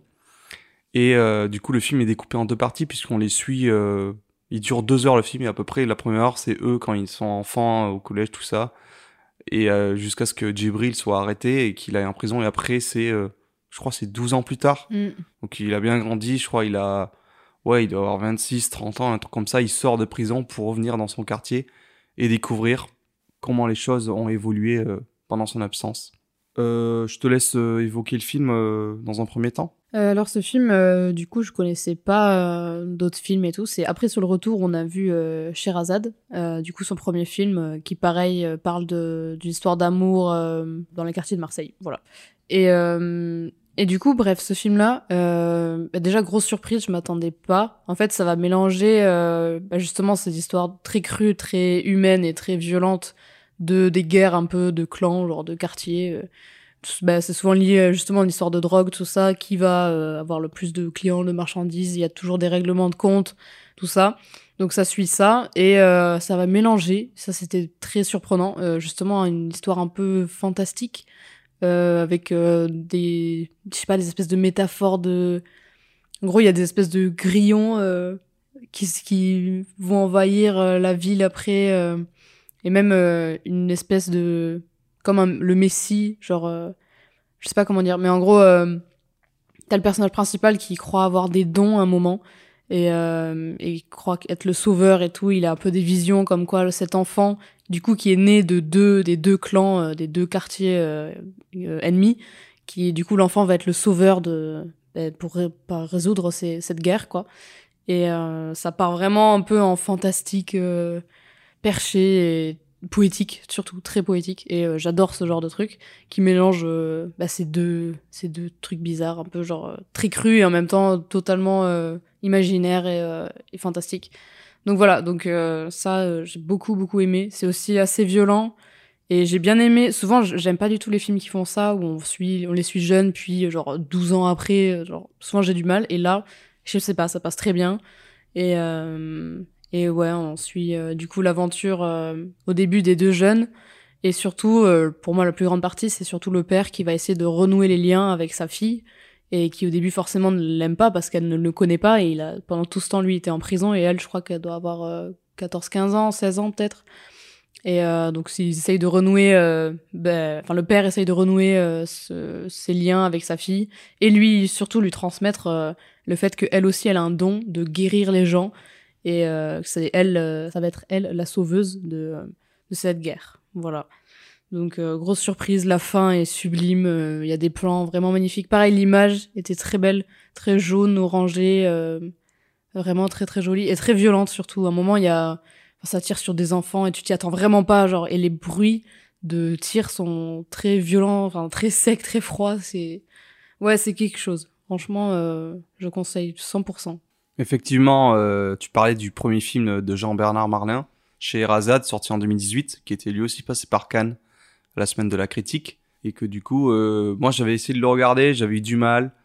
Et euh, du coup, le film est découpé en deux parties, puisqu'on les suit... Euh, il dure deux heures, le film, et à peu près la première heure, c'est eux quand ils sont enfants, au collège, tout ça. Et euh, jusqu'à ce que Djibril soit arrêté et qu'il aille en prison. Et après, c'est... Euh, je crois c'est douze ans plus tard. Mm. Donc il a bien grandi, je crois il a... Ouais, il doit avoir vingt-six, trente ans, un truc comme ça. Il sort de prison pour revenir dans son quartier et découvrir comment les choses ont évolué euh, pendant son absence. Euh, je te laisse euh, évoquer le film euh, dans un premier temps. Euh, alors ce film, euh, du coup, je connaissais pas euh, d'autres films et tout. C'est après sur le retour, on a vu euh, Sherazade, euh, du coup son premier film, euh, qui pareil euh, parle de d'une histoire d'amour euh, dans les quartiers de Marseille. Voilà. Et euh, et du coup, bref, ce film-là, euh, bah déjà grosse surprise, je m'attendais pas. En fait, ça va mélanger euh, bah justement ces histoires très crues, très humaines et très violentes de des guerres un peu de clans, genre de quartiers. Euh, bah, c'est souvent lié justement à une histoire de drogue, tout ça, qui va euh, avoir le plus de clients, de marchandises, il y a toujours des règlements de compte, tout ça. Donc ça suit ça, et euh, ça va mélanger, ça c'était très surprenant, euh, justement une histoire un peu fantastique, euh, avec euh, des, je sais pas, des espèces de métaphores de... En gros, il y a des espèces de grillons euh, qui, qui vont envahir euh, la ville après, euh, et même euh, une espèce de... comme un, le Messie, genre, euh, je sais pas comment dire, mais en gros, euh, t'as le personnage principal qui croit avoir des dons à un moment, et, euh, et il croit être le sauveur et tout, il a un peu des visions comme quoi cet enfant, du coup, qui est né de deux, des deux clans, euh, des deux quartiers euh, euh, ennemis, qui, du coup, l'enfant va être le sauveur de, pour, pour résoudre ces, cette guerre, quoi. Et euh, ça part vraiment un peu en fantastique, euh, perché et poétique, surtout très poétique, et euh, j'adore ce genre de truc qui mélange euh, bah, ces deux ces deux trucs bizarres, un peu genre euh, très crus et en même temps totalement euh, imaginaire et, euh, et fantastique. Donc voilà, donc euh, ça euh, j'ai beaucoup beaucoup aimé. C'est aussi assez violent et j'ai bien aimé. Souvent j'aime pas du tout les films qui font ça où on suit on les suit jeunes puis genre douze ans après, genre souvent j'ai du mal, et là je sais pas, ça passe très bien. Et euh, Et ouais, on suit euh, du coup l'aventure euh, au début des deux jeunes. Et surtout, euh, pour moi, la plus grande partie, c'est surtout le père qui va essayer de renouer les liens avec sa fille. Et qui au début forcément ne l'aime pas parce qu'elle ne le connaît pas. Et il a, pendant tout ce temps, lui, il était en prison. Et elle, je crois qu'elle doit avoir euh, quatorze quinze ans, seize ans peut-être. Et euh, donc ils essayent de renouer... Euh, ben, enfin, le père essaye de renouer euh, ce, ses liens avec sa fille. Et lui, surtout, lui transmettre euh, le fait qu'elle aussi, elle a un don de guérir les gens. Et euh, c'est elle, euh, ça va être elle la sauveuse de, de cette guerre. Voilà. Donc euh, grosse surprise, la fin est sublime. Il euh, y a des plans vraiment magnifiques. Pareil, l'image était très belle, très jaune, orangée, euh, vraiment très très jolie et très violente surtout. À un moment, il y a, enfin, ça tire sur des enfants et tu t'y attends vraiment pas, genre. Et les bruits de tir sont très violents, enfin très secs, très froids. C'est, ouais, c'est quelque chose. Franchement, euh, je conseille cent pour cent. Effectivement, euh, tu parlais du premier film de Jean-Bernard Marlin, Sherazade, sorti en deux mille dix-huit, qui était lui aussi passé par Cannes, la semaine de la critique, et que du coup, euh, moi j'avais essayé de le regarder, j'avais eu du mal,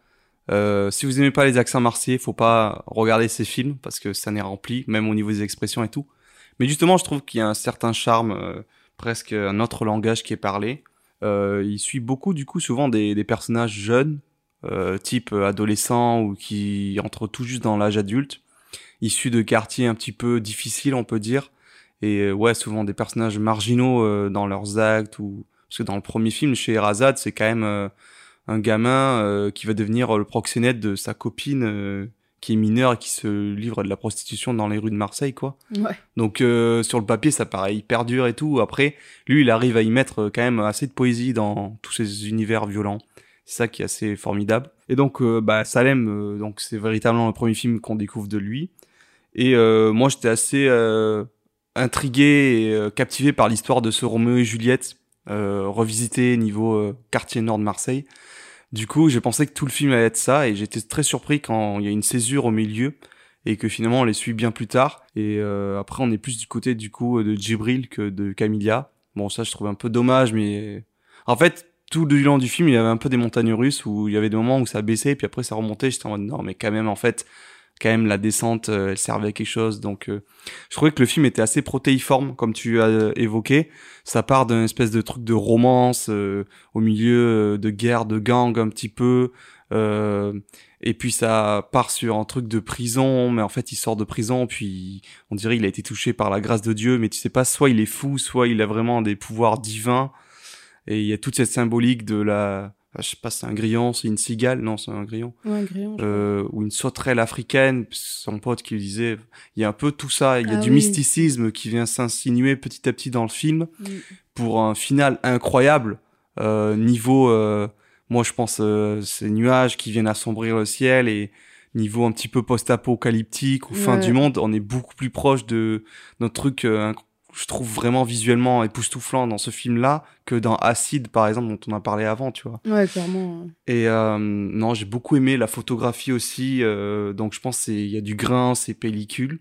Euh, si vous aimez pas les accents marseillais, faut pas regarder ces films parce que ça n'est rempli, même au niveau des expressions et tout. Mais justement, je trouve qu'il y a un certain charme, euh, presque un autre langage qui est parlé. Euh, il suit beaucoup, du coup, souvent des, des personnages jeunes, euh, type adolescents ou qui entrent tout juste dans l'âge adulte, issus de quartiers un petit peu difficiles, on peut dire. Et euh, ouais, souvent des personnages marginaux euh, dans leurs actes ou parce que dans le premier film, Scheherazade, c'est quand même euh, un gamin euh, qui va devenir le proxénète de sa copine euh, qui est mineure et qui se livre à de la prostitution dans les rues de Marseille, quoi. Ouais. Donc euh, sur le papier, ça paraît hyper dur et tout. Après, lui, il arrive à y mettre euh, quand même assez de poésie dans tous ces univers violents. C'est ça qui est assez formidable. Et donc, euh, bah, Salem, euh, donc c'est véritablement le premier film qu'on découvre de lui. Et euh, moi, j'étais assez euh, intrigué et euh, captivé par l'histoire de ce Roméo et Juliette, euh, revisité niveau euh, quartier nord de Marseille. Du coup, j'ai pensé que tout le film allait être ça, et j'étais très surpris quand il y a une césure au milieu, et que finalement on les suit bien plus tard. Et euh, après, on est plus du côté du coup de Djibril que de Camilla. Bon, ça, je trouve un peu dommage, mais en fait, tout le long du film, il y avait un peu des montagnes russes où il y avait des moments où ça baissait, et puis après ça remontait. J'étais en mode non, mais quand même, en fait, quand même la descente, euh, elle servait à quelque chose. Donc, euh, je trouvais que le film était assez protéiforme, comme tu as euh, évoqué. Ça part d'un espèce de truc de romance euh, au milieu euh, de guerre, de gang un petit peu. Euh, et puis ça part sur un truc de prison, mais en fait il sort de prison, puis on dirait il a été touché par la grâce de Dieu, mais tu sais pas, soit il est fou, soit il a vraiment des pouvoirs divins. Et il y a toute cette symbolique de la... Enfin, je sais pas, c'est un grillon, c'est une cigale, non, c'est un grillon. Ouais, un grillon. Euh, ou une sauterelle africaine, son pote qui lui disait, il y a un peu tout ça, il y a Ah du oui. mysticisme qui vient s'insinuer petit à petit dans le film, Mm. pour un final incroyable, euh, niveau, euh, moi je pense, euh, ces nuages qui viennent assombrir le ciel, et niveau un petit peu post-apocalyptique ou fin Ouais. du monde, on est beaucoup plus proche de d'un truc, euh, inc- je trouve vraiment visuellement époustouflant dans ce film-là que dans Acide, par exemple, dont on a parlé avant, tu vois. Ouais, clairement. Et euh, non, j'ai beaucoup aimé la photographie aussi, euh, donc je pense qu'il y a du grain, c'est pellicule,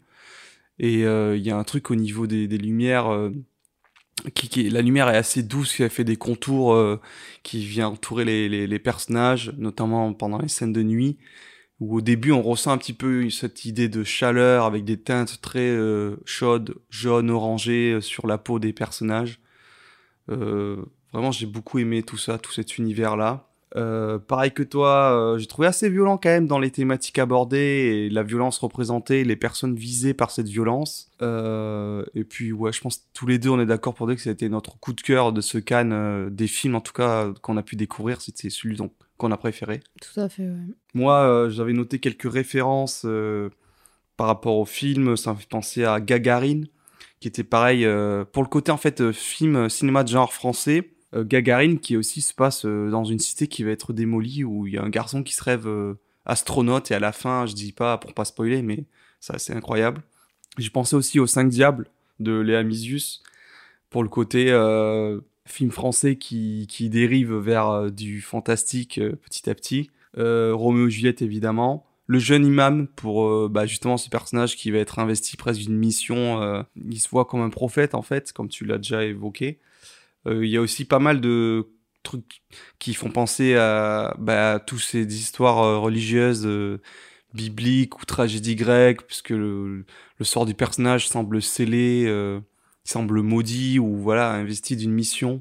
et euh, il y a un truc au niveau des, des lumières, euh, qui, qui, la lumière est assez douce, qui a fait des contours euh, qui vient entourer les, les, les personnages, notamment pendant les scènes de nuit, où au début on ressent un petit peu cette idée de chaleur avec des teintes très euh, chaudes, jaunes, orangées euh, sur la peau des personnages. Euh, vraiment, j'ai beaucoup aimé tout ça, tout cet univers-là. Euh, pareil que toi, euh, j'ai trouvé assez violent quand même dans les thématiques abordées et la violence représentée, les personnes visées par cette violence. Euh, et puis ouais, je pense que tous les deux on est d'accord pour dire que ça a été notre coup de cœur de ce Cannes, euh, des films en tout cas qu'on a pu découvrir, c'était celui donc qu'on a préféré. Tout à fait, ouais. Moi, euh, j'avais noté quelques références euh, par rapport au film. Ça me fait penser à Gagarine, qui était pareil euh, pour le côté en fait euh, film euh, cinéma de genre français. Euh, Gagarine, qui aussi se passe euh, dans une cité qui va être démolie, où il y a un garçon qui se rêve euh, astronaute, et à la fin, je dis pas pour pas spoiler, mais c'est assez incroyable. J'ai pensé aussi aux Cinq Diables de Léa Misius, pour le côté euh, film français qui, qui dérive vers euh, du fantastique euh, petit à petit. Euh, Roméo et Juliette, évidemment. Le jeune imam, pour euh, bah, justement ce personnage qui va être investi presque d'une mission. Euh, il se voit comme un prophète, en fait, comme tu l'as déjà évoqué. Il euh, y a aussi pas mal de trucs qui font penser à bah, toutes ces histoires euh, religieuses, euh, bibliques ou tragédies grecques, puisque le, le sort du personnage semble scellé, euh, semble maudit ou voilà, investi d'une mission.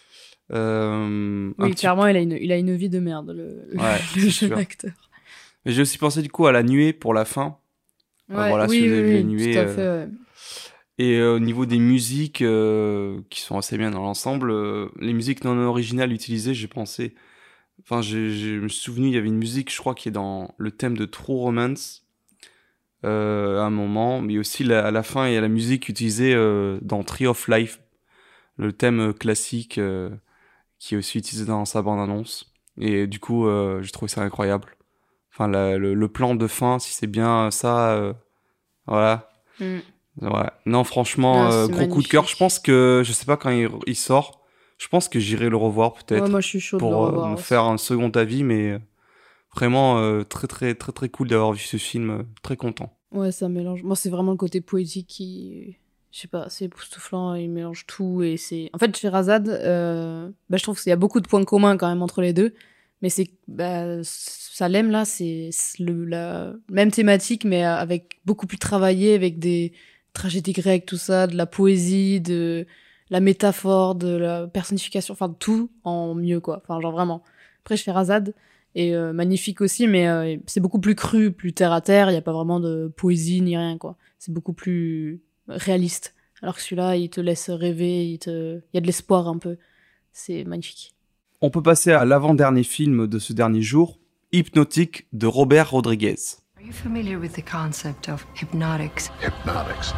Euh, Oui, un petit clairement, il a, une, il a une vie de merde, le, le- Ouais, le c'est jeune sûr. acteur. Mais j'ai aussi pensé du coup à La Nuée pour la fin. Euh, Ouais, voilà, oui, si vous oui, avez vu oui, La Nuée. tout à euh, fait, ouais. Et euh, au niveau des musiques, euh, qui sont assez bien dans l'ensemble, euh, les musiques non originales utilisées, j'ai pensé... Enfin, j'ai- j'ai- je me suis souvenu, il y avait une musique, je crois, qui est dans le thème de True Romance, euh, à un moment, mais aussi la- à la fin, il y a la musique utilisée euh, dans Tree of Life, le thème euh, classique euh, qui est aussi utilisé dans sa bande-annonce. Et du coup, euh, j'ai trouvé ça incroyable. Enfin, la- le, le plan de fin, si c'est bien ça, euh, voilà. Mm. Ouais. Non, franchement, Non, euh, c'est gros coup de cœur. Je pense que, je sais pas quand il, il sort, je pense que j'irai le revoir peut-être. Ouais, moi, je suis chaud de pour le euh, revoir me aussi. faire un second avis, mais euh, vraiment euh, très très très très cool d'avoir vu ce film, euh, très content. Ouais, ça mélange. Moi, c'est vraiment le côté poétique qui. Je sais pas, c'est époustouflant, il mélange tout et c'est. En fait, Sherazade, euh, bah, je trouve qu'il y a beaucoup de points communs quand même entre les deux, mais c'est bah, Salem, là, c'est, c'est le, la même thématique, mais avec beaucoup plus travaillé, avec des tragédies grecques, tout ça, de la poésie, de la métaphore, de la personnification, enfin, tout en mieux, quoi. Enfin, genre vraiment. Après, Sherazade est euh, magnifique aussi, mais euh, c'est beaucoup plus cru, plus terre à terre, il n'y a pas vraiment de poésie ni rien, quoi. C'est beaucoup plus réaliste. Alors que celui-là, il te laisse rêver, il te... il y a de l'espoir un peu. C'est magnifique. On peut passer à l'avant-dernier film de ce dernier jour, Hypnotic de Robert Rodriguez. Are you familiar with the concept of hypnotics? Hypnotics.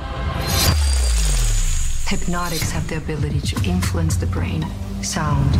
Hypnotics have the ability to influence the brain, sound,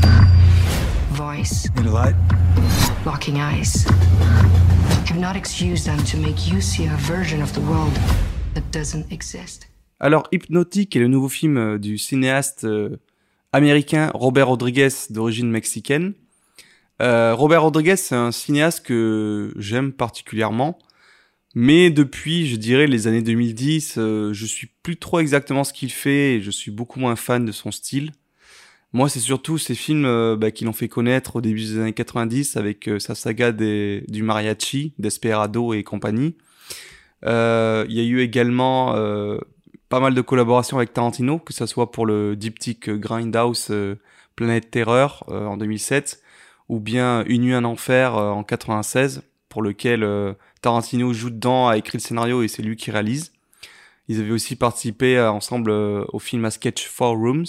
voice, Need a light? locking eyes. Hypnotics use them to make you see a version of the world that doesn't exist. Alors, Hypnotic est le nouveau film du cinéaste euh, américain Robert Rodriguez d'origine mexicaine. Euh, Robert Rodriguez, c'est un cinéaste que j'aime particulièrement, mais depuis, je dirais, les années deux mille dix, euh, je suis plus trop exactement ce qu'il fait et je suis beaucoup moins fan de son style. Moi, c'est surtout ces films euh, bah, qui l'ont fait connaître au début des années quatre-vingt-dix avec euh, sa saga des, du mariachi, Desperado et compagnie. Euh, il y a eu également euh, pas mal de collaborations avec Tarantino, que ce soit pour le diptyque Grindhouse euh, Planète Terreur euh, en deux mille sept, ou bien Une nuit en enfer euh, en quatre-vingt-seize, pour lequel euh, Tarantino joue dedans, a écrit le scénario et c'est lui qui réalise. Ils avaient aussi participé euh, ensemble euh, au film à sketch Four Rooms.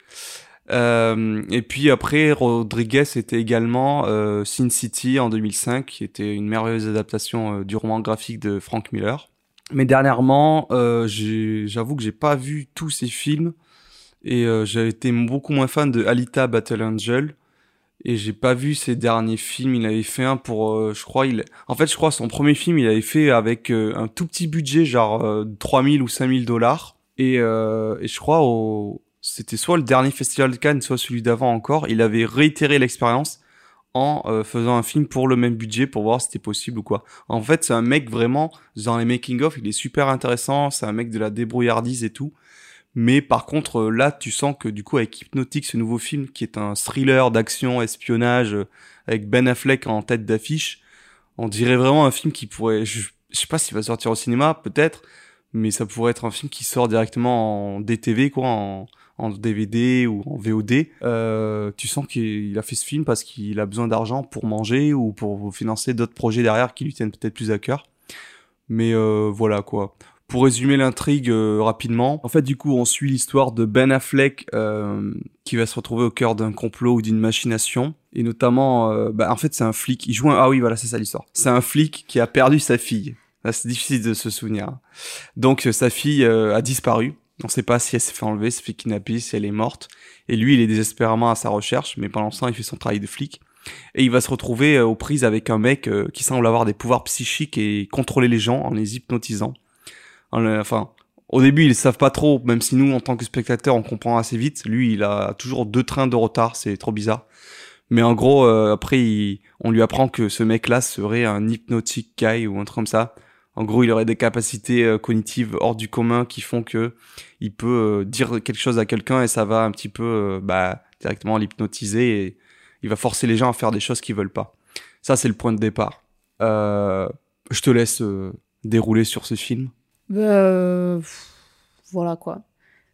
Euh, et puis après, Rodriguez était également euh, Sin City en deux mille cinq, qui était une merveilleuse adaptation euh, du roman graphique de Frank Miller. Mais dernièrement, euh, j'ai, j'avoue que j'ai pas vu tous ces films et euh, j'ai été beaucoup moins fan de Alita Battle Angel. Et j'ai pas vu ses derniers films. Il avait fait un pour, euh, je crois, il, en fait, je crois son premier film, il avait fait avec euh, un tout petit budget, genre euh, trois mille ou cinq mille dollars. Et, euh, et je crois au, c'était soit le dernier festival de Cannes, soit celui d'avant encore. Il avait réitéré l'expérience en euh, faisant un film pour le même budget pour voir si c'était possible ou quoi. En fait, c'est un mec vraiment, dans les making-of, il est super intéressant. C'est un mec de la débrouillardise et tout. Mais par contre, là, tu sens que du coup, avec Hypnotic, ce nouveau film, qui est un thriller d'action, espionnage, avec Ben Affleck en tête d'affiche, on dirait vraiment un film qui pourrait... Je, je sais pas s'il va sortir au cinéma, peut-être, mais ça pourrait être un film qui sort directement en D T V, quoi, en, en D V D ou en V O D. Euh, tu sens qu'il a fait ce film parce qu'il a besoin d'argent pour manger ou pour financer d'autres projets derrière qui lui tiennent peut-être plus à cœur. Mais euh, voilà, quoi. Pour résumer l'intrigue euh, rapidement, en fait du coup on suit l'histoire de Ben Affleck euh, qui va se retrouver au cœur d'un complot ou d'une machination, et notamment, euh, bah, en fait c'est un flic, il joue un... ah oui voilà c'est ça l'histoire, c'est un flic qui a perdu sa fille, là c'est difficile de se souvenir, donc euh, sa fille euh, a disparu, on sait pas si elle s'est fait enlever, s'est fait kidnapper, si elle est morte, et lui il est désespérément à sa recherche, mais pendant ce temps il fait son travail de flic, et il va se retrouver euh, aux prises avec un mec euh, qui semble avoir des pouvoirs psychiques et contrôler les gens en les hypnotisant. Enfin, au début, ils savent pas trop, même si nous, en tant que spectateurs, on comprend assez vite. Lui, il a toujours deux trains de retard, c'est trop bizarre. Mais en gros, euh, après, il, on lui apprend que ce mec-là serait un hypnotic guy ou un truc comme ça. En gros, il aurait des capacités euh, cognitives hors du commun qui font que il peut euh, dire quelque chose à quelqu'un et ça va un petit peu, euh, bah, directement l'hypnotiser et il va forcer les gens à faire des choses qu'ils veulent pas. Ça, c'est le point de départ. Euh, je te laisse euh, dérouler sur ce film. Bah, euh, pff, voilà quoi.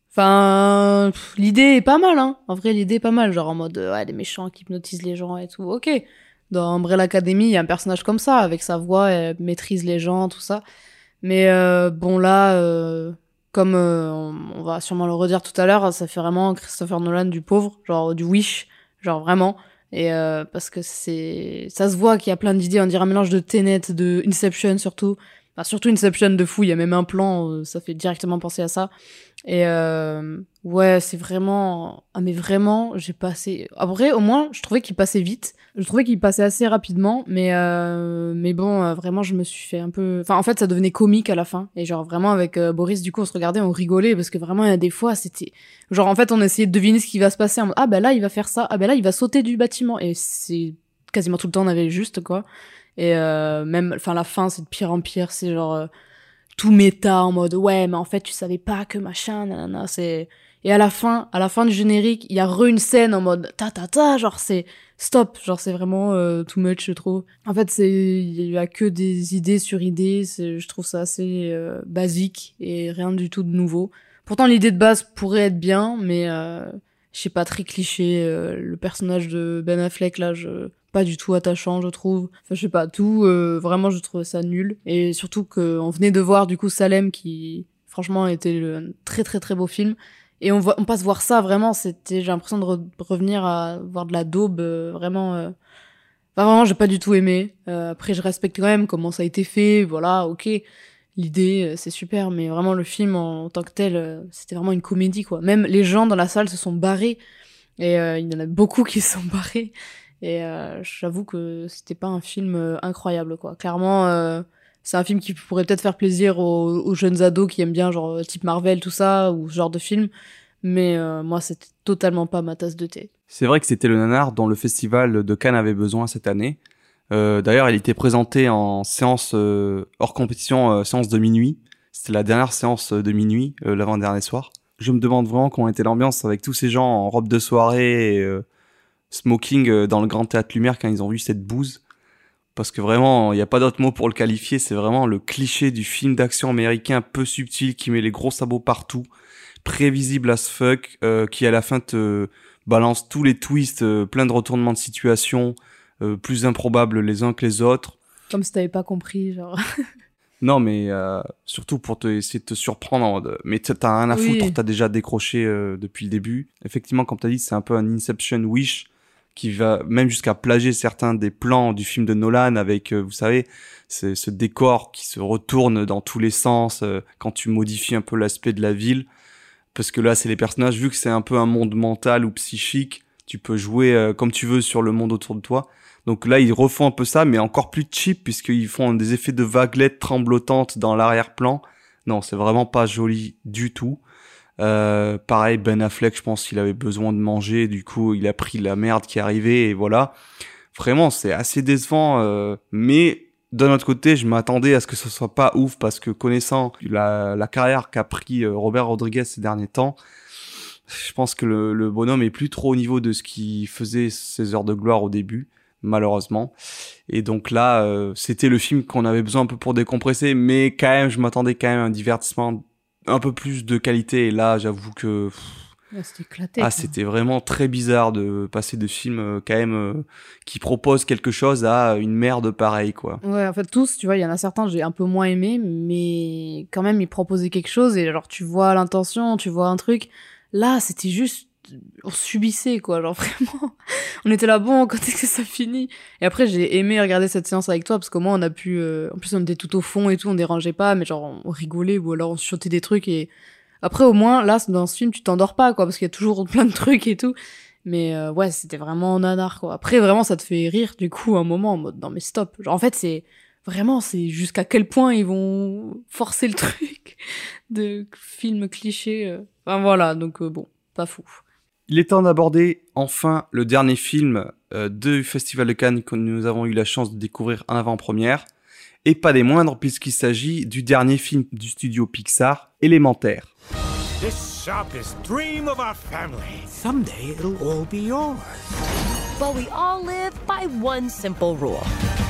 Enfin, pff, l'idée est pas mal, hein. En vrai, l'idée est pas mal. Genre en mode, euh, ouais, les méchants qui hypnotisent les gens et tout. Ok. Dans Umbrella Academy, il y a un personnage comme ça, avec sa voix, elle maîtrise les gens, tout ça. Mais euh, bon, là, euh, comme euh, on, on va sûrement le redire tout à l'heure, ça fait vraiment Christopher Nolan du pauvre, genre du Wish, genre vraiment. Et euh, parce que c'est, ça se voit qu'il y a plein d'idées. On dirait un mélange de Tenet, de Inception surtout. Enfin, surtout Inception de fou, il y a même un plan, euh, ça fait directement penser à ça. Et euh, ouais, c'est vraiment... Ah mais vraiment, j'ai passé... Après, au moins, je trouvais qu'il passait vite. Je trouvais qu'il passait assez rapidement, mais euh, mais bon, euh, vraiment, je me suis fait un peu... Enfin, en fait, ça devenait comique à la fin. Et genre, vraiment, avec euh, Boris, du coup, on se regardait, on rigolait, parce que vraiment, il y a des fois, c'était... Genre, en fait, on essayait de deviner ce qui va se passer. En mode, ah ben là, il va faire ça. Ah ben là, il va sauter du bâtiment. Et c'est... Quasiment tout le temps, on avait juste, quoi. Et euh, même, enfin, la fin, c'est de pire en pire. C'est genre euh, tout méta en mode ouais, mais en fait, tu savais pas que machin, nanana. C'est et à la fin, à la fin du générique, il y a re une scène en mode ta ta ta. Genre c'est stop, genre c'est vraiment euh, too much, je trouve. En fait, c'est il y a que des idées sur idées, c'est, je trouve ça assez euh, basique et rien du tout de nouveau. Pourtant, l'idée de base pourrait être bien, mais euh, je sais pas, très cliché. Euh, le personnage de Ben Affleck, là, je pas du tout attachant, je trouve. Enfin, je sais pas, tout, euh, vraiment, je trouve ça nul. Et surtout qu'on venait de voir, du coup, Salem, qui, franchement, était le, un très très très beau film. Et on, voit, on passe voir ça, vraiment, c'était, j'ai l'impression de re- revenir à voir de la daube, euh, vraiment... Euh... Enfin, vraiment, j'ai pas du tout aimé. Euh, après, je respecte quand même comment ça a été fait, voilà, ok. L'idée, c'est super, mais vraiment, le film, en, en tant que tel, euh, c'était vraiment une comédie, quoi. Même les gens dans la salle se sont barrés, et euh, il y en a beaucoup qui se sont barrés, et euh, j'avoue que c'était pas un film euh, incroyable, quoi. Clairement... Euh, c'est un film qui pourrait peut-être faire plaisir aux, aux jeunes ados qui aiment bien, genre, type Marvel, tout ça, ou ce genre de film. Mais euh, moi, c'était totalement pas ma tasse de thé. C'est vrai que c'était le nanar dont le festival de Cannes avait besoin cette année. Euh, d'ailleurs, il était présenté en séance euh, hors compétition, euh, séance de minuit. C'était la dernière séance de minuit, euh, l'avant-dernier soir. Je me demande vraiment comment était l'ambiance avec tous ces gens en robe de soirée et euh, smoking euh, dans le Grand Théâtre Lumière quand ils ont vu cette bouse. Parce que vraiment, il n'y a pas d'autre mot pour le qualifier, c'est vraiment le cliché du film d'action américain peu subtil qui met les gros sabots partout, prévisible as fuck, euh, qui à la fin te balance tous les twists, euh, plein de retournements de situation, euh, plus improbables les uns que les autres. Comme si t'avais pas compris, genre... Non, mais euh, surtout pour te, essayer de te surprendre en mode... Mais t'as rien à oui. foutre, t'as déjà décroché euh, depuis le début. Effectivement, comme t'as dit, c'est un peu un Inception Wish, qui va même jusqu'à plagier certains des plans du film de Nolan avec, euh, vous savez, ce, ce décor qui se retourne dans tous les sens euh, quand tu modifies un peu l'aspect de la ville. Parce que là, c'est les personnages, vu que c'est un peu un monde mental ou psychique, tu peux jouer euh, comme tu veux sur le monde autour de toi. Donc là, ils refont un peu ça, mais encore plus cheap, puisqu'ils font des effets de vaguelettes tremblotantes dans l'arrière-plan. Non, c'est vraiment pas joli du tout. Euh, pareil, Ben Affleck, je pense qu'il avait besoin de manger, du coup il a pris la merde qui arrivait et voilà. Vraiment, c'est assez décevant, euh, mais d'un autre côté, je m'attendais à ce que ce soit pas ouf parce que connaissant la, la carrière qu'a pris euh, Robert Rodriguez ces derniers temps, je pense que le, le bonhomme est plus trop au niveau de ce qui faisait ses heures de gloire au début, malheureusement. Et donc là, euh, c'était le film qu'on avait besoin un peu pour décompresser, mais quand même, je m'attendais quand même à un divertissement un peu plus de qualité, et là j'avoue que ouais, c'était éclaté, ah quoi. C'était vraiment très bizarre de passer de films euh, quand même euh, qui proposent quelque chose à une merde pareille, quoi. Ouais, en fait tous, tu vois, il y en a certains j'ai un peu moins aimé, mais quand même ils proposaient quelque chose et genre tu vois l'intention, tu vois un truc. Là c'était juste, on subissait, quoi, genre vraiment on était là, bon, quand est-ce que ça finit? Et après j'ai aimé regarder cette séance avec toi parce qu'au moins on a pu euh... en plus on était tout au fond et tout, on dérangeait pas, mais genre on rigolait ou alors on chuchotait des trucs. Et après au moins là dans ce film tu t'endors pas, quoi, parce qu'il y a toujours plein de trucs et tout. Mais euh, ouais, c'était vraiment nanar, quoi. Après vraiment ça te fait rire du coup à un moment en mode non mais stop, genre en fait c'est vraiment, c'est jusqu'à quel point ils vont forcer le truc de film cliché, euh... enfin voilà, donc euh, bon, pas fou. Il est temps d'aborder enfin le dernier film euh, du Festival de Cannes que nous avons eu la chance de découvrir en avant-première, et pas des moindres puisqu'il s'agit du dernier film du studio Pixar, Élémentaire. This shop is dream of our family. Someday it'll all be yours. But we all live by one simple rule.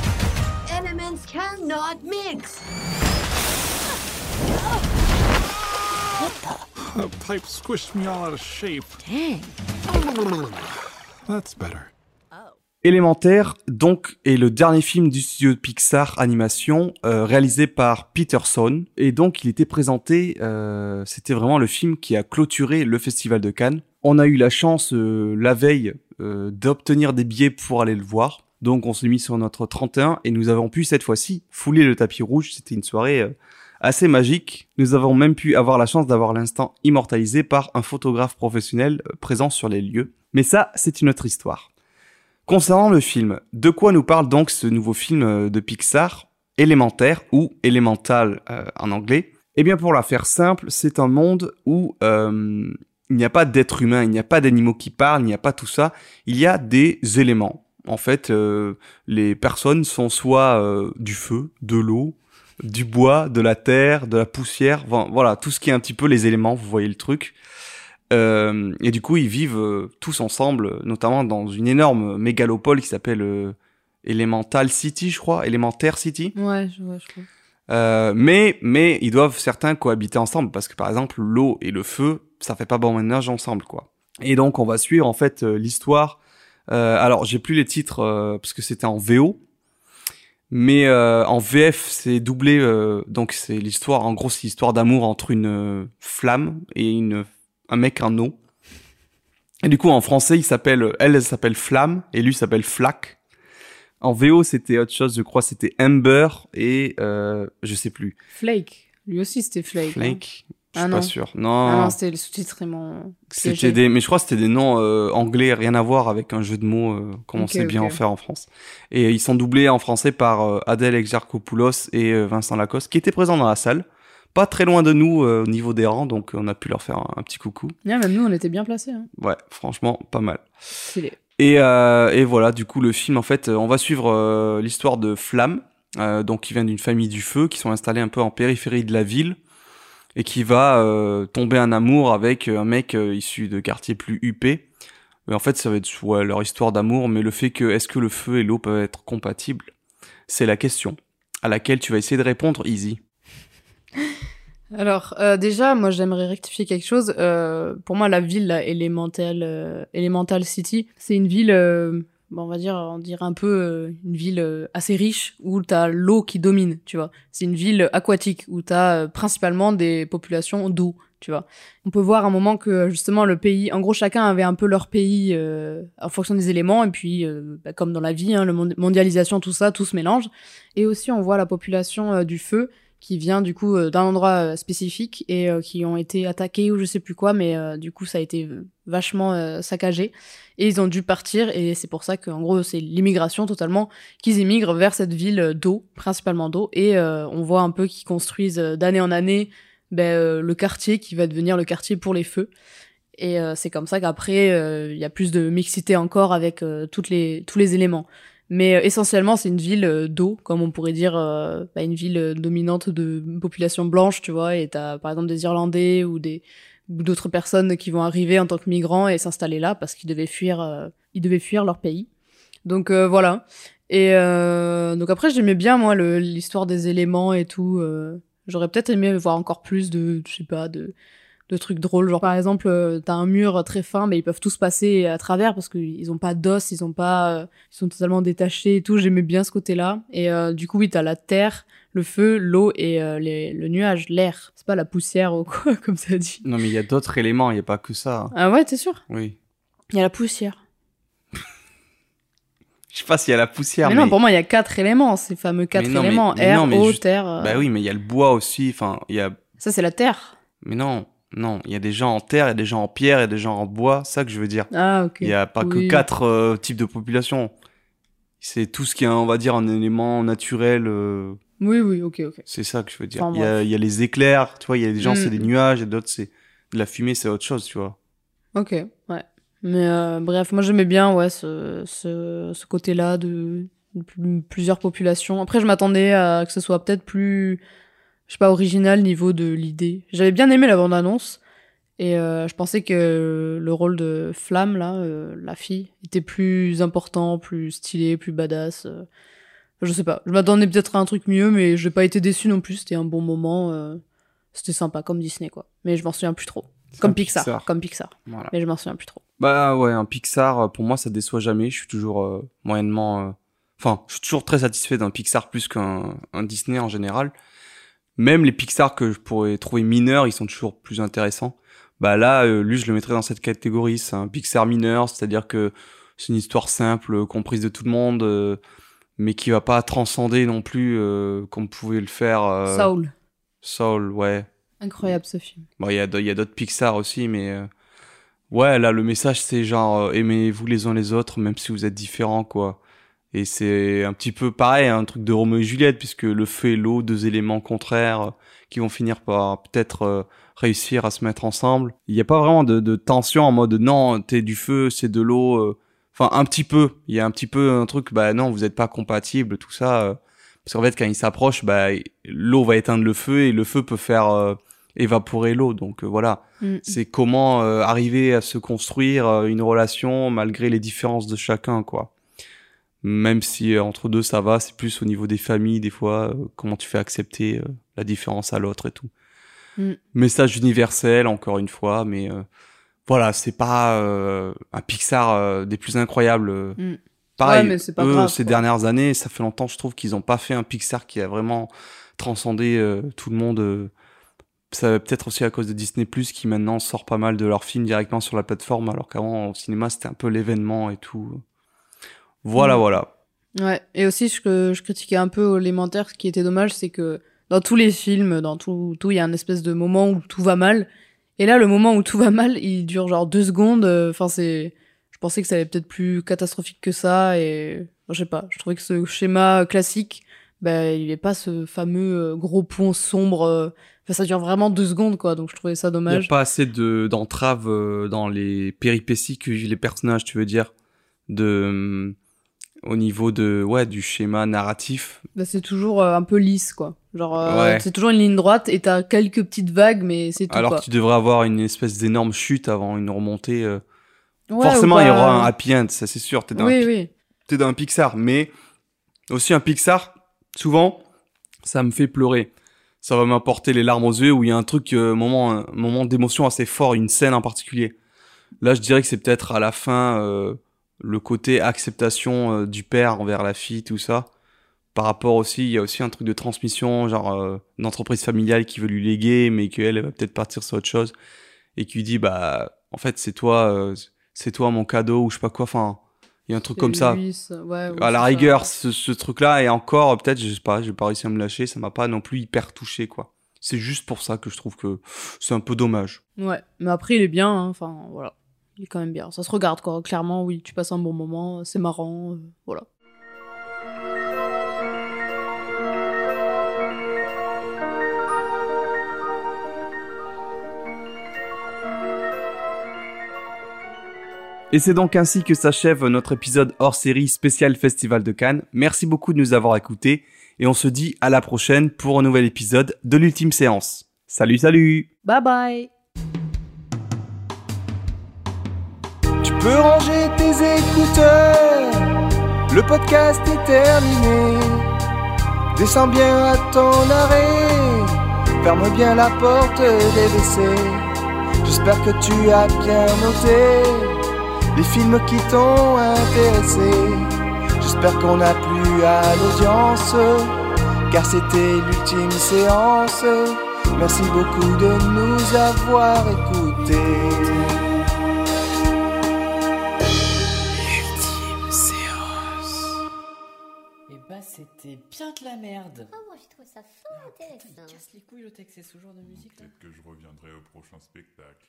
Elements cannot mix. What the? The pipe squished me all out of shape. Dang. That's better. Élémentaire, donc, est le dernier film du studio Pixar Animation, euh, réalisé par Peterson. Et donc, il était présenté, euh, c'était vraiment le film qui a clôturé le Festival de Cannes. On a eu la chance, euh, la veille, euh, d'obtenir des billets pour aller le voir. Donc, on s'est mis sur notre trente et un et nous avons pu, cette fois-ci, fouler le tapis rouge. C'était une soirée euh, assez magique. Nous avons même pu avoir la chance d'avoir l'instant immortalisé par un photographe professionnel euh, présent sur les lieux. Mais ça, c'est une autre histoire. Concernant le film, de quoi nous parle donc ce nouveau film de Pixar, Élémentaire, ou Elemental euh, en anglais? Eh bien, pour la faire simple, c'est un monde où euh, il n'y a pas d'êtres humains, il n'y a pas d'animaux qui parlent, il n'y a pas tout ça. Il y a des éléments. En fait, euh, les personnes sont soit euh, du feu, de l'eau, du bois, de la terre, de la poussière, voilà, tout ce qui est un petit peu les éléments, vous voyez le truc. Euh, et du coup, ils vivent euh, tous ensemble, notamment dans une énorme mégalopole qui s'appelle euh, Elemental City, je crois, Elementaire City. Ouais, je vois, je crois. Euh, mais, mais ils doivent certains cohabiter ensemble parce que par exemple, l'eau et le feu, ça fait pas bon ménage ensemble, quoi. Et donc, on va suivre en fait euh, l'histoire. Euh, alors, j'ai plus les titres euh, parce que c'était en V O. Mais euh, en V F, c'est doublé, euh, donc c'est l'histoire, en gros, c'est l'histoire d'amour entre une euh, flamme et une, un mec en eau. Et du coup, en français, il s'appelle, elle, elle s'appelle Flamme, et lui s'appelle Flack. En V O, c'était autre chose, je crois, c'était Ember, et euh, je sais plus. Flake, lui aussi c'était Flake. Flake, hein. je suis ah pas non. sûr. Non, ah non, c'était le sous-titre vraiment c'était des, mais je crois que c'était des noms euh, anglais, rien à voir avec un jeu de mots, euh, comme on Ok, sait bien ok. en faire en France. Et ils sont doublés en français par euh, Adèle Exarchopoulos et euh, Vincent Lacoste, qui étaient présents dans la salle, pas très loin de nous euh, au niveau des rangs, donc on a pu leur faire un, un petit coucou. Ouais, même nous, on était bien placés. Hein. Ouais, franchement, pas mal. Stylé. Et, euh, et voilà, du coup, le film, en fait, on va suivre euh, l'histoire de Flamme, euh, donc qui vient d'une famille du feu, qui sont installés un peu en périphérie de la ville, et qui va euh, tomber en amour avec un mec euh, issu de quartiers plus huppés. Et en fait, ça va être ouais, leur histoire d'amour, mais le fait que est-ce que le feu et l'eau peuvent être compatibles, c'est la question à laquelle tu vas essayer de répondre, Easy. Alors, euh, déjà, moi, j'aimerais rectifier quelque chose. Euh, pour moi, la ville, là, Elemental, euh, Elemental City, c'est une ville, euh, bon, on va dire, on dirait un peu euh, une ville euh, assez riche où t'as l'eau qui domine, tu vois. C'est une ville aquatique où t'as euh, principalement des populations d'eau, tu vois. On peut voir à un moment que, justement, le pays, en gros, chacun avait un peu leur pays euh, en fonction des éléments, et puis, euh, bah, comme dans la vie, hein, le mond- mondialisation, tout ça, tout se mélange. Et aussi, on voit la population euh, du feu, qui vient du coup euh, d'un endroit euh, spécifique et euh, qui ont été attaqués ou je sais plus quoi, mais euh, du coup ça a été euh, vachement euh, saccagé et ils ont dû partir, et c'est pour ça qu'en gros c'est l'immigration totalement, qu'ils émigrent vers cette ville d'eau, principalement d'eau, et euh, on voit un peu qu'ils construisent euh, d'année en année ben, euh, le quartier qui va devenir le quartier pour les feux. Et euh, c'est comme ça qu'après il euh, y a plus de mixité encore avec euh, toutes les tous les éléments. Mais euh, essentiellement, c'est une ville euh, d'eau, comme on pourrait dire, euh, bah, une ville euh, dominante de population blanche, tu vois, et t'as par exemple des Irlandais ou des ou d'autres personnes qui vont arriver en tant que migrants et s'installer là parce qu'ils devaient fuir, euh, ils devaient fuir leur pays. Donc euh, voilà. Et euh, donc après, j'aimais bien moi le, l'histoire des éléments et tout. Euh, j'aurais peut-être aimé voir encore plus de, je sais pas, de de trucs drôles, genre par exemple euh, t'as un mur très fin mais ils peuvent tous passer à travers parce qu'ils ont pas d'os, ils ont pas euh, ils sont totalement détachés et tout. J'aimais bien ce côté-là. Et euh, du coup oui, t'as la terre, le feu, l'eau et euh, les, le nuage, l'air, c'est pas la poussière ou quoi comme ça dit. Non mais il y a d'autres éléments, il y a pas que ça. Ah ouais, t'es sûr? Oui. Il y a la poussière. Je sais pas s'il y a la poussière, mais, mais non, pour moi il y a quatre éléments, ces fameux quatre mais non, éléments, mais, mais air, non, mais eau, juste... terre. euh... Bah oui, mais il y a le bois aussi, enfin, il y a Ça c'est la terre. Mais non, non, il y a des gens en terre, il y a des gens en pierre, il y a des gens en bois, c'est ça que je veux dire. Ah ok. Il y a pas oui. que quatre euh, types de population. C'est tout ce qui est, on va dire, un élément naturel. Euh... Oui, oui, ok, ok. C'est ça que je veux dire. Enfin, il, y a, il y a les éclairs, tu vois, il y a des gens, Mm. c'est des nuages, et d'autres, c'est de la fumée, c'est autre chose, tu vois. Ok, ouais. Mais euh, bref, moi j'aimais bien ouais ce ce, ce côté-là de, de pl- plusieurs populations. Après, je m'attendais à que ce soit peut-être plus, je sais pas, original niveau de l'idée. J'avais bien aimé la bande-annonce et euh, je pensais que le rôle de Flamme là, euh, la fille, était plus important, plus stylé, plus badass. euh. Je sais pas. Je m'attendais peut-être à un truc mieux, mais j'ai pas été déçu non plus. C'était un bon moment. euh, C'était sympa comme Disney quoi. Mais je m'en souviens plus trop. C'est Comme un Pixar, Pixar. comme Pixar. Voilà. Mais je m'en souviens plus trop. Bah ouais, un Pixar, euh, pour moi, ça déçoit jamais. Je suis toujours euh, moyennement... euh, Enfin, je suis toujours très satisfait d'un Pixar plus qu'un un Disney en général. Même les Pixar que je pourrais trouver mineurs, ils sont toujours plus intéressants. Bah là, euh, lui, je le mettrais dans cette catégorie. C'est un Pixar mineur, c'est-à-dire que c'est une histoire simple, euh, comprise de tout le monde, euh, mais qui va pas transcender non plus euh, comme pouvait le faire... Euh... Soul. Soul, ouais. Incroyable ce film. Bon, il y a, il y a d'autres Pixar aussi, mais... Euh... Ouais, là, le message, c'est genre, euh, aimez-vous les uns les autres, même si vous êtes différents, quoi. Et c'est un petit peu pareil, un truc de Roméo et Juliette, puisque le feu et l'eau, deux éléments contraires, euh, qui vont finir par peut-être euh, réussir à se mettre ensemble. Il n'y a pas vraiment de, de tension en mode, non, t'es du feu, c'est de l'eau. euh. Enfin, un petit peu. Il y a un petit peu un truc, bah non, vous n'êtes pas compatibles, tout ça. euh. Parce qu'en fait, quand ils s'approchent, bah, l'eau va éteindre le feu, et le feu peut faire... euh, évaporer l'eau. Donc euh, voilà, Mm. c'est comment euh, arriver à se construire euh, une relation malgré les différences de chacun, quoi. Même si euh, entre deux ça va, c'est plus au niveau des familles des fois, euh, comment tu fais accepter euh, la différence à l'autre et tout. Mm. Message universel encore une fois, mais euh, voilà, c'est pas euh, un Pixar euh, des plus incroyables. euh. Mm. Pareil, Ouais, mais c'est pas eux, grave, ces quoi. dernières années, ça fait longtemps, je trouve, qu'ils ont pas fait un Pixar qui a vraiment transcendé euh, tout le monde. euh. Ça va peut-être aussi à cause de Disney+, qui maintenant sort pas mal de leurs films directement sur la plateforme, alors qu'avant, au cinéma, c'était un peu l'événement et tout. Voilà, Mm. voilà. Ouais, et aussi ce que je critiquais un peu élémentaire, ce qui était dommage, c'est que dans tous les films, dans tout, tout, il y a un espèce de moment où tout va mal. Et là, le moment où tout va mal, il dure genre deux secondes. Enfin, c'est, je pensais que ça allait peut-être plus catastrophique que ça. Et je sais pas, je trouvais que ce schéma classique, bah, il est pas ce fameux euh, gros pont sombre. euh, Enfin, ça dure vraiment deux secondes, quoi. Donc je trouvais ça Il n'y dommage. a pas assez de, d'entraves euh, dans les péripéties que vivent les personnages, tu veux dire, de, au niveau de, ouais, du schéma narratif. Bah, c'est toujours euh, un peu lisse, quoi. Genre, euh, Ouais. c'est toujours une ligne droite et t'as quelques petites vagues, mais c'est tout, Alors quoi. que tu devrais avoir une espèce d'énorme chute avant une remontée. euh. Ouais, Forcément, ou il y pas- aura un happy end, ça c'est sûr. T'es dans, Oui, un, pi- oui. t'es dans un Pixar, mais aussi un Pixar, souvent, ça me fait pleurer. Ça va m'apporter les larmes aux yeux où il y a un truc, euh, moment, un moment d'émotion assez fort, une scène en particulier. Là, je dirais que c'est peut-être à la fin euh, le côté acceptation euh, du père envers la fille, tout ça. Par rapport aussi, il y a aussi un truc de transmission, genre euh, une entreprise familiale qui veut lui léguer, mais qu'elle elle va peut-être partir sur autre chose et qui lui dit bah en fait c'est toi, euh, c'est toi mon cadeau ou je sais pas quoi. Enfin, il y a un truc C'est comme ça. lui, ça- ouais, ouais, à la c'est rigueur, ce, ce truc-là et encore peut-être, je sais pas, j'ai pas réussi à me lâcher, ça m'a pas non plus hyper touché quoi. C'est juste pour ça que je trouve que c'est un peu dommage. Ouais, mais après il est bien, hein. Enfin voilà, il est quand même bien. Ça se regarde quoi, clairement, oui, tu passes un bon moment, c'est marrant, euh, voilà. Et c'est donc ainsi que s'achève notre épisode hors série spécial Festival de Cannes. Merci beaucoup de nous avoir écoutés et on se dit à la prochaine pour un nouvel épisode de l'Ultime Séance. Salut, salut! Bye bye. Tu peux ranger tes écouteurs, le podcast est terminé. Descends bien à ton arrêt, ferme bien la porte des W C. J'espère que tu as bien noté les films qui t'ont intéressé. J'espère qu'on a plu à l'audience, car c'était l'ultime séance. Merci beaucoup de nous avoir écoutés. Ultime séance. Eh bah c'était bien de la merde. Oh, moi j'ai trouvé ça fort intéressant. Il casse les couilles le texte, c'est ce genre de musique là. Peut-être que je reviendrai au prochain spectacle.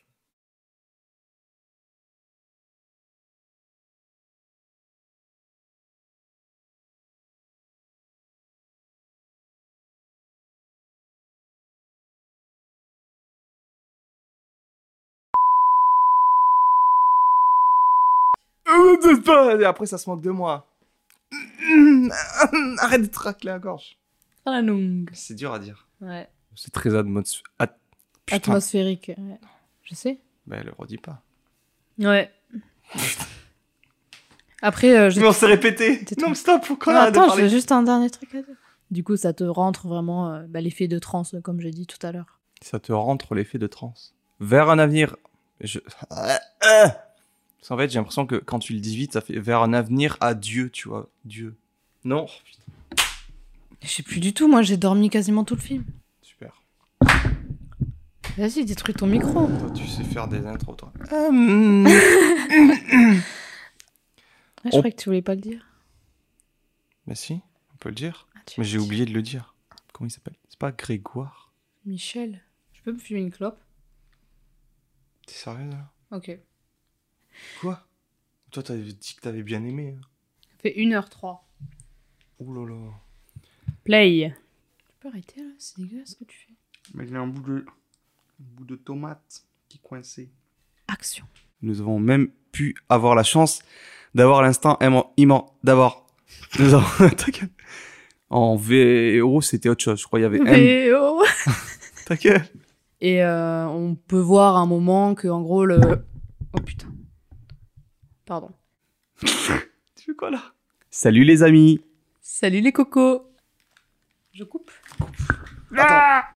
Et après, ça se moque de moi. Arrête de te racler la gorge. À la longue. C'est dur à dire. Ouais. C'est très atmos... at- Putain. Atmosphérique. Ouais. Je sais. Ben, le redis pas. Ouais. Après, euh, j'ai- Mais on s'est répété. T'es Non, trop- mais stop, pourquoi Non, arrête de attends, parler j'ai juste un dernier truc à dire. Du coup, ça te rentre vraiment euh, bah, l'effet de transe, comme j'ai dit tout à l'heure. Ça te rentre l'effet de transe. Vers un avenir... Je... Parce qu'en fait, j'ai l'impression que quand tu le dis vite, ça fait vers un avenir à Dieu, tu vois. Dieu. Non. Je sais plus du tout, moi j'ai dormi quasiment tout le film. Super. Vas-y, détruis ton micro. Toi, tu sais faire des intros, toi. Ouais, je On- croyais que tu voulais pas le dire. Mais si, on peut le dire. Ah, tu Mais veux j'ai dire. oublié de le dire. Comment il s'appelle? C'est pas Grégoire? Michel, je peux me fumer une clope? T'es sérieux, là? Ok. Quoi? Toi, t'avais dit que t'avais bien aimé. hein. Ça fait une heure trois. Ouh là là. Play. Tu peux arrêter là? C'est dégueulasse ce que tu fais. Mais il y a un bout de... un bout de tomate qui est coincé. Action. Nous avons même pu avoir la chance d'avoir l'instant aimant, immense, d'avoir... Nous avons... Ta gueule. En V O, c'était autre chose. Je crois qu'il y avait M. V O. Ta gueule. Et euh, on peut voir à un moment que, en gros, le... Oh putain. Pardon. Tu fais quoi là? Salut les amis. Salut les cocos. Je coupe. Attends.